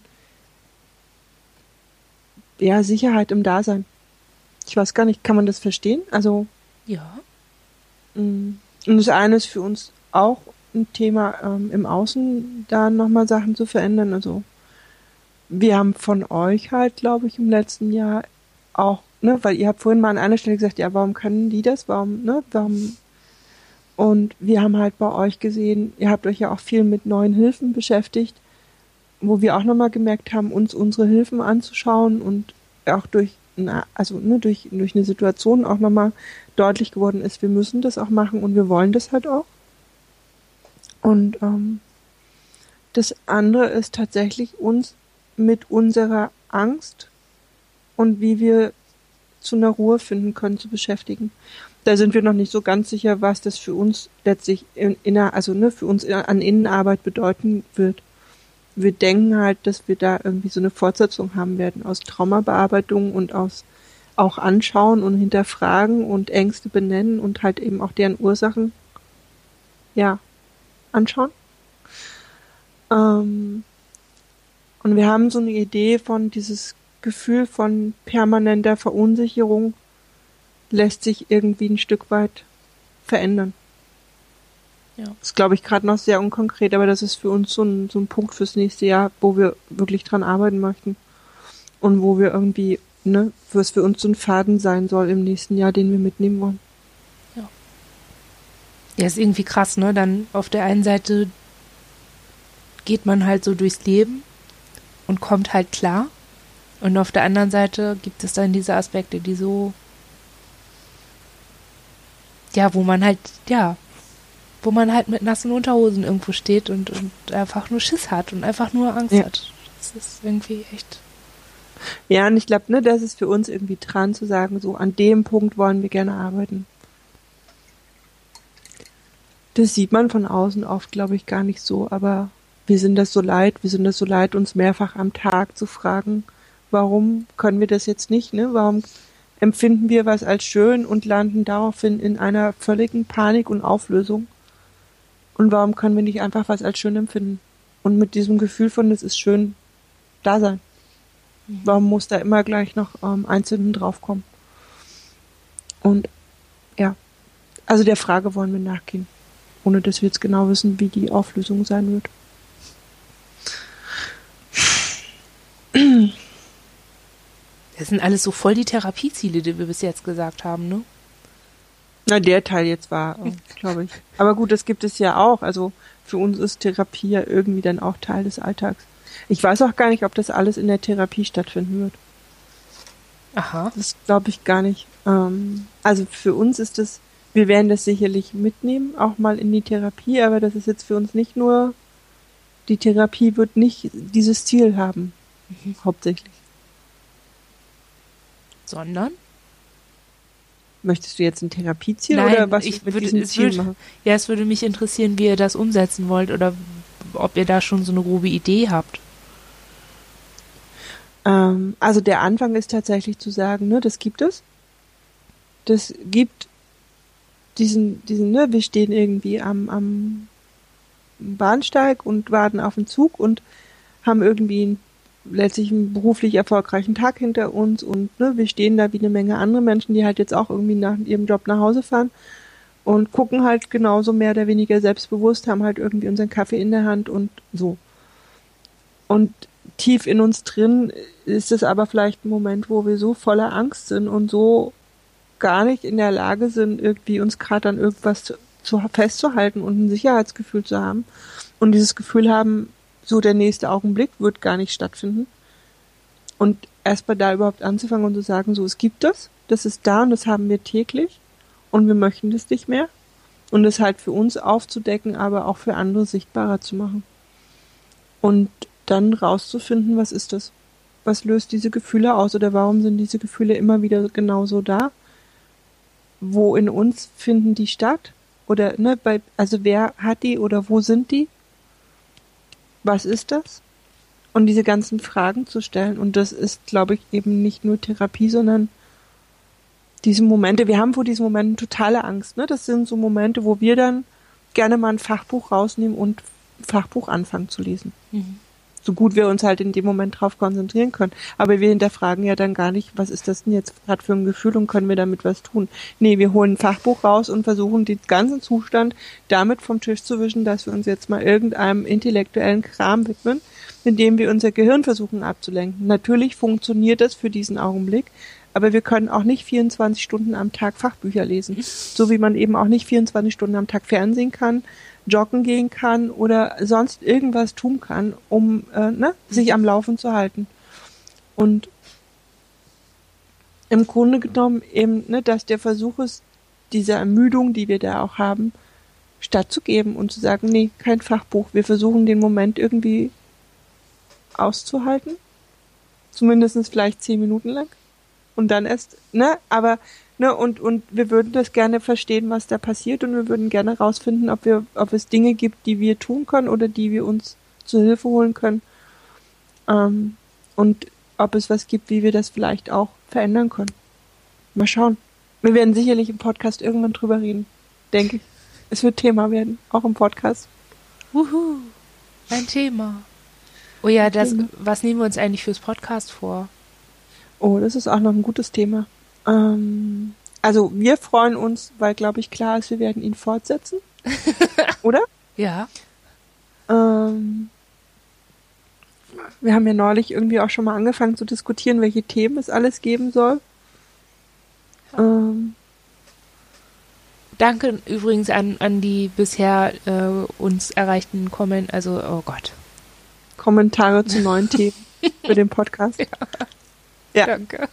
ja, Sicherheit im Dasein. Ich weiß gar nicht, kann man das verstehen? Also ja. Und das eine ist für uns auch ein Thema im Außen, da nochmal Sachen zu verändern. Also wir haben von euch halt, glaube ich, im letzten Jahr auch, ne, weil ihr habt vorhin mal an einer Stelle gesagt, ja, warum können die das? Warum? Und wir haben halt bei euch gesehen, ihr habt euch ja auch viel mit neuen Hilfen beschäftigt, wo wir auch nochmal gemerkt haben, uns unsere Hilfen anzuschauen und auch durch eine Situation auch nochmal deutlich geworden ist, wir müssen das auch machen und wir wollen das halt auch. Und das andere ist tatsächlich uns mit unserer Angst und wie wir zu einer Ruhe finden können, zu beschäftigen. Da sind wir noch nicht so ganz sicher, was das für uns letztlich für uns an Innenarbeit bedeuten wird. Wir denken halt, dass wir da irgendwie so eine Fortsetzung haben werden aus Traumabearbeitung und aus auch anschauen und hinterfragen und Ängste benennen und halt eben auch deren Ursachen, ja, anschauen. Und wir haben so eine Idee von dieses Gefühl von permanenter Verunsicherung lässt sich irgendwie ein Stück weit verändern. Ja. Das ist, glaube ich, gerade noch sehr unkonkret, aber das ist für uns so ein Punkt fürs nächste Jahr, wo wir wirklich dran arbeiten möchten und wo wir irgendwie ne, was für uns so ein Faden sein soll im nächsten Jahr, den wir mitnehmen wollen. Ja. Ja, ist irgendwie krass, ne? Dann auf der einen Seite geht man halt so durchs Leben und kommt halt klar. Und auf der anderen Seite gibt es dann diese Aspekte, die so, ja, wo man halt mit nassen Unterhosen irgendwo steht und einfach nur Schiss hat und einfach nur Angst hat. Das ist irgendwie echt. Ja, und ich glaube, ne, das ist für uns irgendwie dran zu sagen, so an dem Punkt wollen wir gerne arbeiten. Das sieht man von außen oft, glaube ich, gar nicht so, aber wir sind das so leid, uns mehrfach am Tag zu fragen, warum können wir das jetzt nicht, ne? Warum empfinden wir was als schön und landen daraufhin in einer völligen Panik und Auflösung? Und warum können wir nicht einfach was als schön empfinden? Und mit diesem Gefühl von, es ist schön, da sein. Warum muss da immer gleich noch einzeln draufkommen? Und ja, also der Frage wollen wir nachgehen, ohne dass wir jetzt genau wissen, wie die Auflösung sein wird. Das sind alles so voll die Therapieziele, die wir bis jetzt gesagt haben, ne? Na, der Teil jetzt war, glaube ich. Aber gut, das gibt es ja auch. Also für uns ist Therapie ja irgendwie dann auch Teil des Alltags. Ich weiß auch gar nicht, ob das alles in der Therapie stattfinden wird. Aha. Das glaube ich gar nicht. Also für uns ist das, wir werden das sicherlich mitnehmen, auch mal in die Therapie, aber das ist jetzt für uns nicht nur, die Therapie wird nicht dieses Ziel haben, hauptsächlich. Sondern? Möchtest du jetzt ein Therapieziel Nein, oder was mit diesem Ziel machen? Ja, es würde mich interessieren, wie ihr das umsetzen wollt oder ob ihr da schon so eine grobe Idee habt. Also der Anfang ist tatsächlich zu sagen, ne, das gibt es. Das gibt diesen, ne, wir stehen irgendwie am Bahnsteig und warten auf den Zug und haben irgendwie letztlich einen beruflich erfolgreichen Tag hinter uns und ne, wir stehen da wie eine Menge andere Menschen, die halt jetzt auch irgendwie nach ihrem Job nach Hause fahren und gucken halt genauso mehr oder weniger selbstbewusst, haben halt irgendwie unseren Kaffee in der Hand und so. Und tief in uns drin ist es aber vielleicht ein Moment, wo wir so voller Angst sind und so gar nicht in der Lage sind, irgendwie uns gerade an irgendwas festzuhalten und ein Sicherheitsgefühl zu haben und dieses Gefühl haben, so der nächste Augenblick wird gar nicht stattfinden. Und erst mal da überhaupt anzufangen und zu sagen, so es gibt das ist da und das haben wir täglich und wir möchten das nicht mehr. Und es halt für uns aufzudecken, aber auch für andere sichtbarer zu machen. Und dann rauszufinden, was ist das? Was löst diese Gefühle aus oder warum sind diese Gefühle immer wieder genauso da? Wo in uns finden die statt? Oder, ne, also wer hat die oder wo sind die? Was ist das? Und diese ganzen Fragen zu stellen. Und das ist, glaube ich, eben nicht nur Therapie, sondern diese Momente, wir haben vor diesen Momenten totale Angst. Ne? Das sind so Momente, wo wir dann gerne mal ein Fachbuch rausnehmen und ein Fachbuch anfangen zu lesen. Mhm. So gut wir uns halt in dem Moment drauf konzentrieren können. Aber wir hinterfragen ja dann gar nicht, was ist das denn jetzt gerade für ein Gefühl und können wir damit was tun? Nee, wir holen ein Fachbuch raus und versuchen den ganzen Zustand damit vom Tisch zu wischen, dass wir uns jetzt mal irgendeinem intellektuellen Kram widmen, indem wir unser Gehirn versuchen abzulenken. Natürlich funktioniert das für diesen Augenblick, aber wir können auch nicht 24 Stunden am Tag Fachbücher lesen. So wie man eben auch nicht 24 Stunden am Tag Fernsehen kann, joggen gehen kann oder sonst irgendwas tun kann, um sich am Laufen zu halten. Und im Grunde genommen eben, dass der Versuch ist, dieser Ermüdung, die wir da auch haben, stattzugeben und zu sagen, nee, kein Fachbuch. Wir versuchen den Moment irgendwie auszuhalten. Zumindest vielleicht 10 Minuten lang. Und dann erst, und wir würden das gerne verstehen, was da passiert und wir würden gerne rausfinden, ob es Dinge gibt, die wir tun können oder die wir uns zur Hilfe holen können. Und ob es was gibt, wie wir das vielleicht auch verändern können. Mal schauen. Wir werden sicherlich im Podcast irgendwann drüber reden, denke ich. Es wird Thema werden, auch im Podcast. Wuhu, ein Thema. Oh ja, was nehmen wir uns eigentlich fürs Podcast vor? Oh, das ist auch noch ein gutes Thema. Also wir freuen uns, weil, glaube ich, klar ist, wir werden ihn fortsetzen. Oder? Ja. wir haben ja neulich irgendwie auch schon mal angefangen zu diskutieren, welche Themen es alles geben soll. Danke übrigens an die bisher uns erreichten oh Gott. Kommentare zu neuen Themen für den Podcast. Ja. Danke.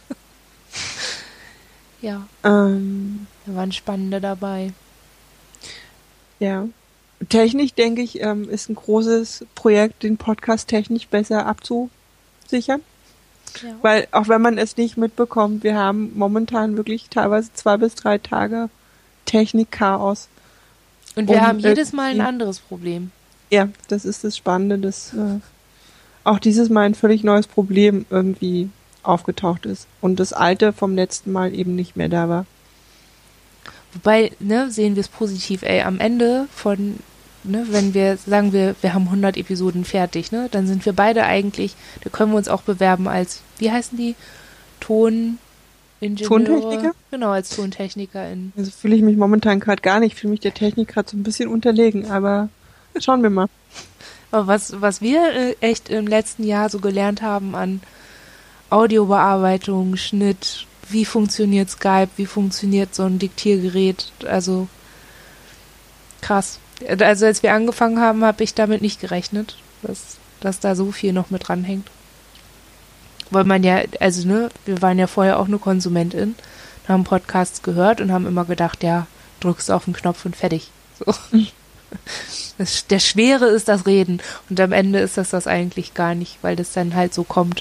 Ja. Da waren spannende dabei. Ja. Technisch, denke ich, ist ein großes Projekt, den Podcast technisch besser abzusichern. Ja. Weil, auch wenn man es nicht mitbekommt, wir haben momentan wirklich teilweise 2 bis 3 Tage Technikchaos. Und wir haben jedes Mal ein anderes Problem. Ja, das ist das Spannende, dass auch dieses Mal ein völlig neues Problem irgendwie aufgetaucht ist. Und das alte vom letzten Mal eben nicht mehr da war. Wobei, sehen wir es positiv, am Ende von, wenn wir sagen, wir haben 100 Episoden fertig, dann sind wir beide eigentlich, da können wir uns auch bewerben als, wie heißen die? Tontechniker? Genau, als Tontechniker. Also fühle ich mich momentan gerade gar nicht, fühle mich der Technik gerade so ein bisschen unterlegen, aber schauen wir mal. Aber was wir echt im letzten Jahr so gelernt haben an Audiobearbeitung, Schnitt, wie funktioniert Skype, wie funktioniert so ein Diktiergerät, also krass. Also als wir angefangen haben, habe ich damit nicht gerechnet, dass da so viel noch mit dranhängt. Weil man ja, wir waren ja vorher auch eine Konsumentin, haben Podcasts gehört und haben immer gedacht, ja, drückst auf den Knopf und fertig. So. Der Schwere ist das Reden und am Ende ist das eigentlich gar nicht, weil das dann halt so kommt.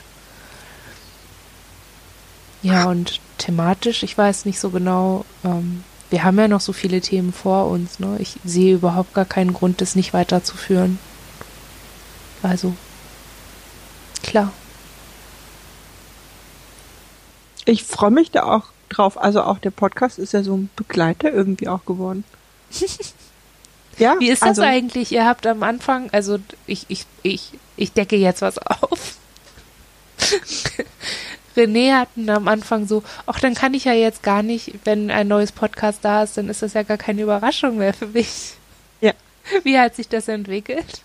Ja, und thematisch, ich weiß nicht so genau, wir haben ja noch so viele Themen vor uns, Ich sehe überhaupt gar keinen Grund, das nicht weiterzuführen. Also, klar. Ich freue mich da auch drauf. Also auch der Podcast ist ja so ein Begleiter irgendwie auch geworden. Ja. Wie ist das eigentlich? Ihr habt am Anfang, also ich decke jetzt was auf. René hatten am Anfang so, ach, dann kann ich ja jetzt gar nicht, wenn ein neues Podcast da ist, dann ist das ja gar keine Überraschung mehr für mich. Ja. Wie hat sich das entwickelt?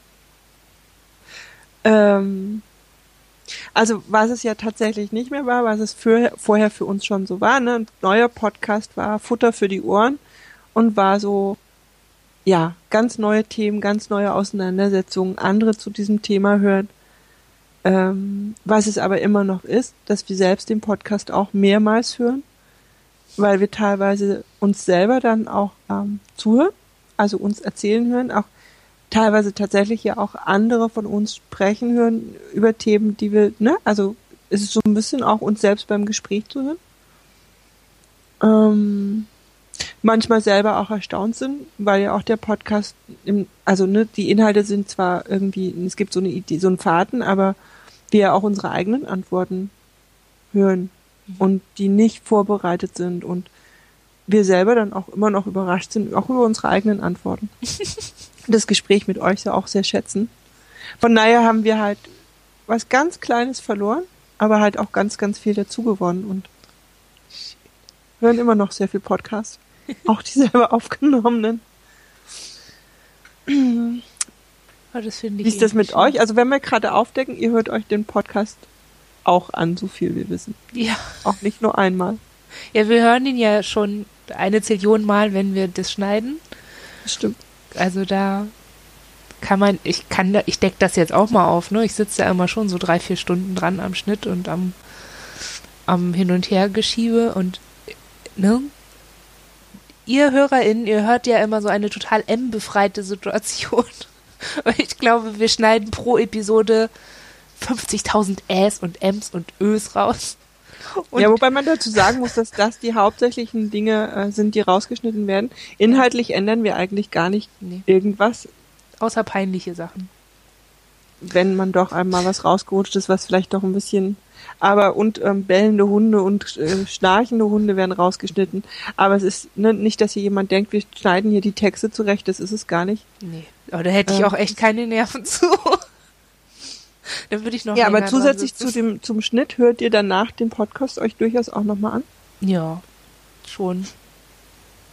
Also was es ja tatsächlich nicht mehr war, was es vorher für uns schon so war, ein neuer Podcast war Futter für die Ohren und war so, ja, ganz neue Themen, ganz neue Auseinandersetzungen, andere zu diesem Thema hören. Was es aber immer noch ist, dass wir selbst den Podcast auch mehrmals hören, weil wir teilweise uns selber dann auch zuhören, also uns erzählen hören, auch teilweise tatsächlich ja auch andere von uns sprechen hören über Themen, die wir, also es ist so ein bisschen auch uns selbst beim Gespräch zu hören. Manchmal selber auch erstaunt sind, weil ja auch der Podcast, die Inhalte sind zwar irgendwie, es gibt so eine Idee, so einen Faden, aber wir ja auch unsere eigenen Antworten hören und die nicht vorbereitet sind und wir selber dann auch immer noch überrascht sind, auch über unsere eigenen Antworten. Das Gespräch mit euch ja auch sehr schätzen. Von daher haben wir halt was ganz Kleines verloren, aber halt auch ganz, ganz viel dazu gewonnen und hören immer noch sehr viel Podcasts. Auch die selber aufgenommenen. Oh, das finde ich. Wie ist das mit euch? Also wenn wir gerade aufdecken, ihr hört euch den Podcast auch an, so viel wir wissen. Ja. Auch nicht nur einmal. Ja, wir hören ihn ja schon 1 Zillion Mal, wenn wir das schneiden. Das stimmt. Also da kann ich decke das jetzt auch mal auf, Ich sitze ja immer schon so 3-4 Stunden dran am Schnitt und am Hin- und Hergeschiebe und, Ihr HörerInnen, ihr hört ja immer so eine total M-befreite Situation. Ich glaube, wir schneiden pro Episode 50.000 Äs und Ms und Ös raus. Und ja, wobei man dazu sagen muss, dass das die hauptsächlichen Dinge sind, die rausgeschnitten werden. Inhaltlich ändern wir eigentlich gar nicht irgendwas. Außer peinliche Sachen. Wenn man doch einmal was rausgerutscht ist, was vielleicht doch ein bisschen... bellende Hunde und schnarchende Hunde werden rausgeschnitten. Aber es ist nicht, dass hier jemand denkt, wir schneiden hier die Texte zurecht. Das ist es gar nicht. Nee, aber da hätte ich auch echt keine Nerven zu. Dann würde ich noch. Ja, aber zusätzlich zum Schnitt hört ihr danach den Podcast euch durchaus auch nochmal an? Ja, schon.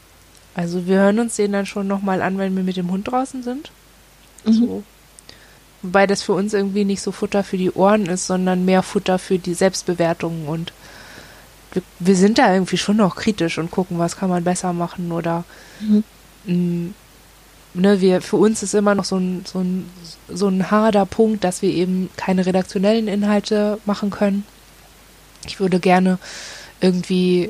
Also wir hören uns den dann schon nochmal an, wenn wir mit dem Hund draußen sind. So. Wobei das für uns irgendwie nicht so Futter für die Ohren ist, sondern mehr Futter für die Selbstbewertung. Und wir sind da irgendwie schon noch kritisch und gucken, was kann man besser machen oder für uns ist immer noch so ein harter Punkt, dass wir eben keine redaktionellen Inhalte machen können. Ich würde gerne irgendwie,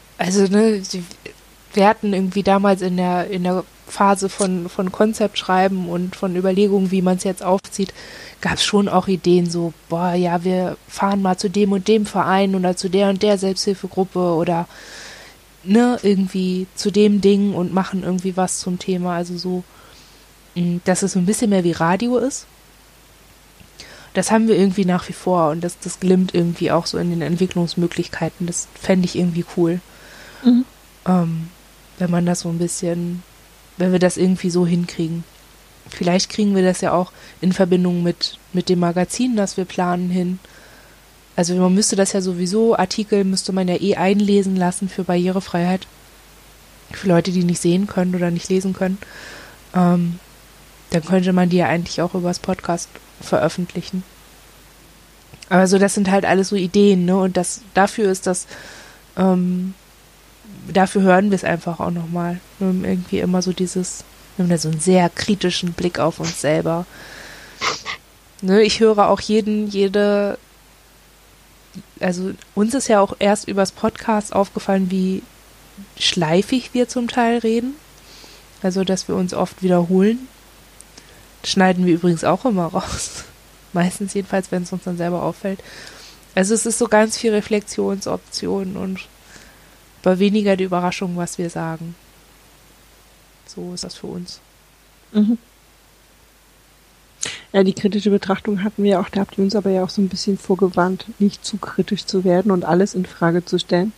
wir hatten irgendwie damals in der Phase von Konzept schreiben und von Überlegungen, wie man es jetzt aufzieht, gab es schon auch Ideen so, wir fahren mal zu dem und dem Verein oder zu der und der Selbsthilfegruppe oder irgendwie zu dem Ding und machen irgendwie was zum Thema, also so, dass es so ein bisschen mehr wie Radio ist. Das haben wir irgendwie nach wie vor und das glimmt irgendwie auch so in den Entwicklungsmöglichkeiten. Das fände ich irgendwie cool. Wenn man das so ein bisschen, wenn wir das irgendwie so hinkriegen. Vielleicht kriegen wir das ja auch in Verbindung mit dem Magazin, das wir planen, hin. Also man müsste das ja sowieso, Artikel müsste man ja einlesen lassen für Barrierefreiheit. Für Leute, die nicht sehen können oder nicht lesen können. Dann könnte man die ja eigentlich auch übers Podcast veröffentlichen. Aber so, das sind halt alles so Ideen, ne? Und dafür ist das, dafür hören wir es einfach auch nochmal. Irgendwie immer so wir haben da so einen sehr kritischen Blick auf uns selber. Ne? Ich höre auch also uns ist ja auch erst übers Podcast aufgefallen, wie schleifig wir zum Teil reden. Also, dass wir uns oft wiederholen. Das schneiden wir übrigens auch immer raus. Meistens jedenfalls, wenn es uns dann selber auffällt. Also es ist so ganz viel Reflexionsoptionen und aber weniger die Überraschung, was wir sagen. So ist das für uns. Ja, die kritische Betrachtung hatten wir auch, da habt ihr uns aber ja auch so ein bisschen vorgewarnt, nicht zu kritisch zu werden und alles in Frage zu stellen.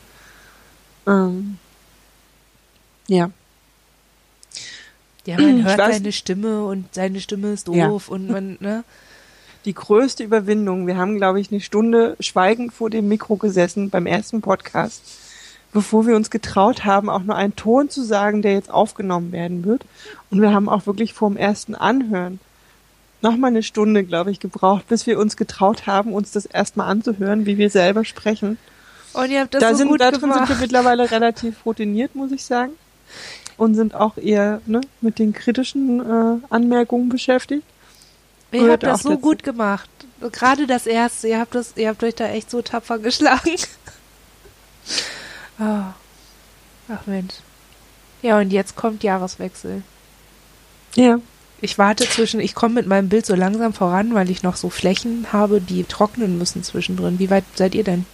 Ja. Ja, man hört seine Stimme und seine Stimme ist doof und man, ne? Die größte Überwindung. Wir haben, glaube ich, eine Stunde schweigend vor dem Mikro gesessen beim ersten Podcast, bevor wir uns getraut haben, auch nur einen Ton zu sagen, der jetzt aufgenommen werden wird. Und wir haben auch wirklich vor dem ersten Anhören nochmal eine Stunde, glaube ich, gebraucht, bis wir uns getraut haben, uns das erstmal anzuhören, wie wir selber sprechen. Und ihr habt das so gut gemacht. Darin sind wir mittlerweile relativ routiniert, muss ich sagen. Und sind auch eher mit den kritischen Anmerkungen beschäftigt. Ihr habt das so gut gemacht. Gerade das erste, ihr habt euch da echt so tapfer geschlagen. Ach Mensch. Ja, und jetzt kommt Jahreswechsel. Ja. Ich komme mit meinem Bild so langsam voran, weil ich noch so Flächen habe, die trocknen müssen zwischendrin. Wie weit seid ihr denn?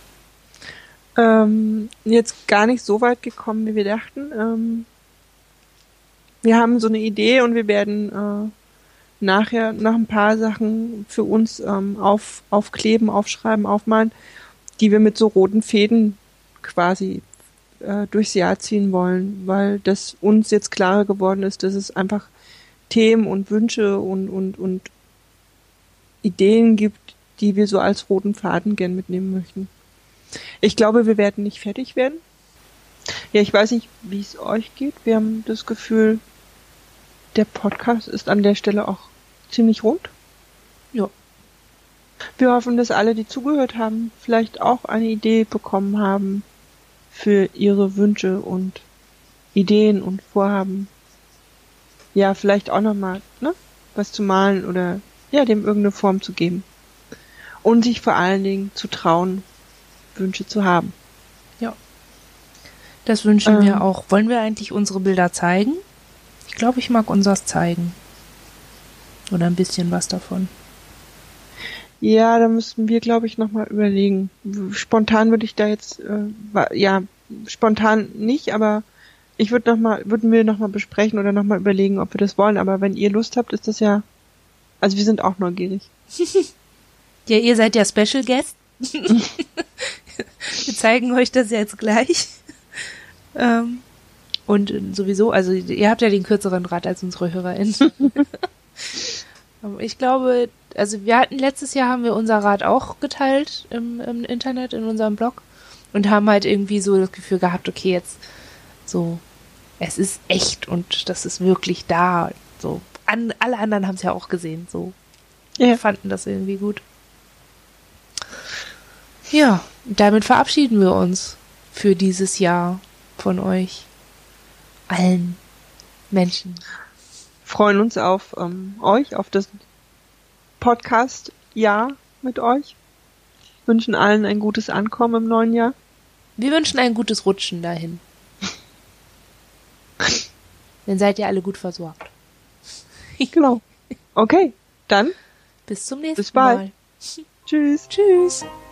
Jetzt gar nicht so weit gekommen, wie wir dachten. Wir haben so eine Idee und wir werden nachher noch ein paar Sachen für uns aufkleben, aufschreiben, aufmalen, die wir mit so roten Fäden quasi durchs Jahr ziehen wollen, weil das uns jetzt klarer geworden ist, dass es einfach Themen und Wünsche und Ideen gibt, die wir so als roten Faden gern mitnehmen möchten. Ich glaube, wir werden nicht fertig werden. Ja, ich weiß nicht, wie es euch geht. Wir haben das Gefühl, der Podcast ist an der Stelle auch ziemlich rund. Ja. Wir hoffen, dass alle, die zugehört haben, vielleicht auch eine Idee bekommen haben für ihre Wünsche und Ideen und Vorhaben. Ja, vielleicht auch nochmal, was zu malen oder dem irgendeine Form zu geben. Und sich vor allen Dingen zu trauen, Wünsche zu haben. Ja. Das wünschen wir auch. Wollen wir eigentlich unsere Bilder zeigen? Ich glaube, ich mag unseres zeigen. Oder ein bisschen was davon. Ja, da müssten wir, glaube ich, nochmal überlegen. Spontan würde ich da jetzt, spontan nicht, aber würden wir nochmal besprechen oder nochmal überlegen, ob wir das wollen. Aber wenn ihr Lust habt, ist das ja, also wir sind auch neugierig. Ja, ihr seid ja Special Guest. Wir zeigen euch das jetzt gleich. Und sowieso, also ihr habt ja den kürzeren Draht als unsere HörerInnen. Ich glaube, also letztes Jahr haben wir unser Rad auch geteilt im Internet, in unserem Blog und haben halt irgendwie so das Gefühl gehabt, okay, jetzt so, es ist echt und das ist wirklich da. So, alle anderen haben es ja auch gesehen, so. fanden das irgendwie gut. Ja, damit verabschieden wir uns für dieses Jahr von euch allen Menschen. Freuen uns auf euch, auf das Podcast-Jahr mit euch. Wünschen allen ein gutes Ankommen im neuen Jahr. Wir wünschen ein gutes Rutschen dahin. Dann seid ihr alle gut versorgt. Genau. Okay, dann bis zum nächsten Mal. Mal. Tschüss. Tschüss.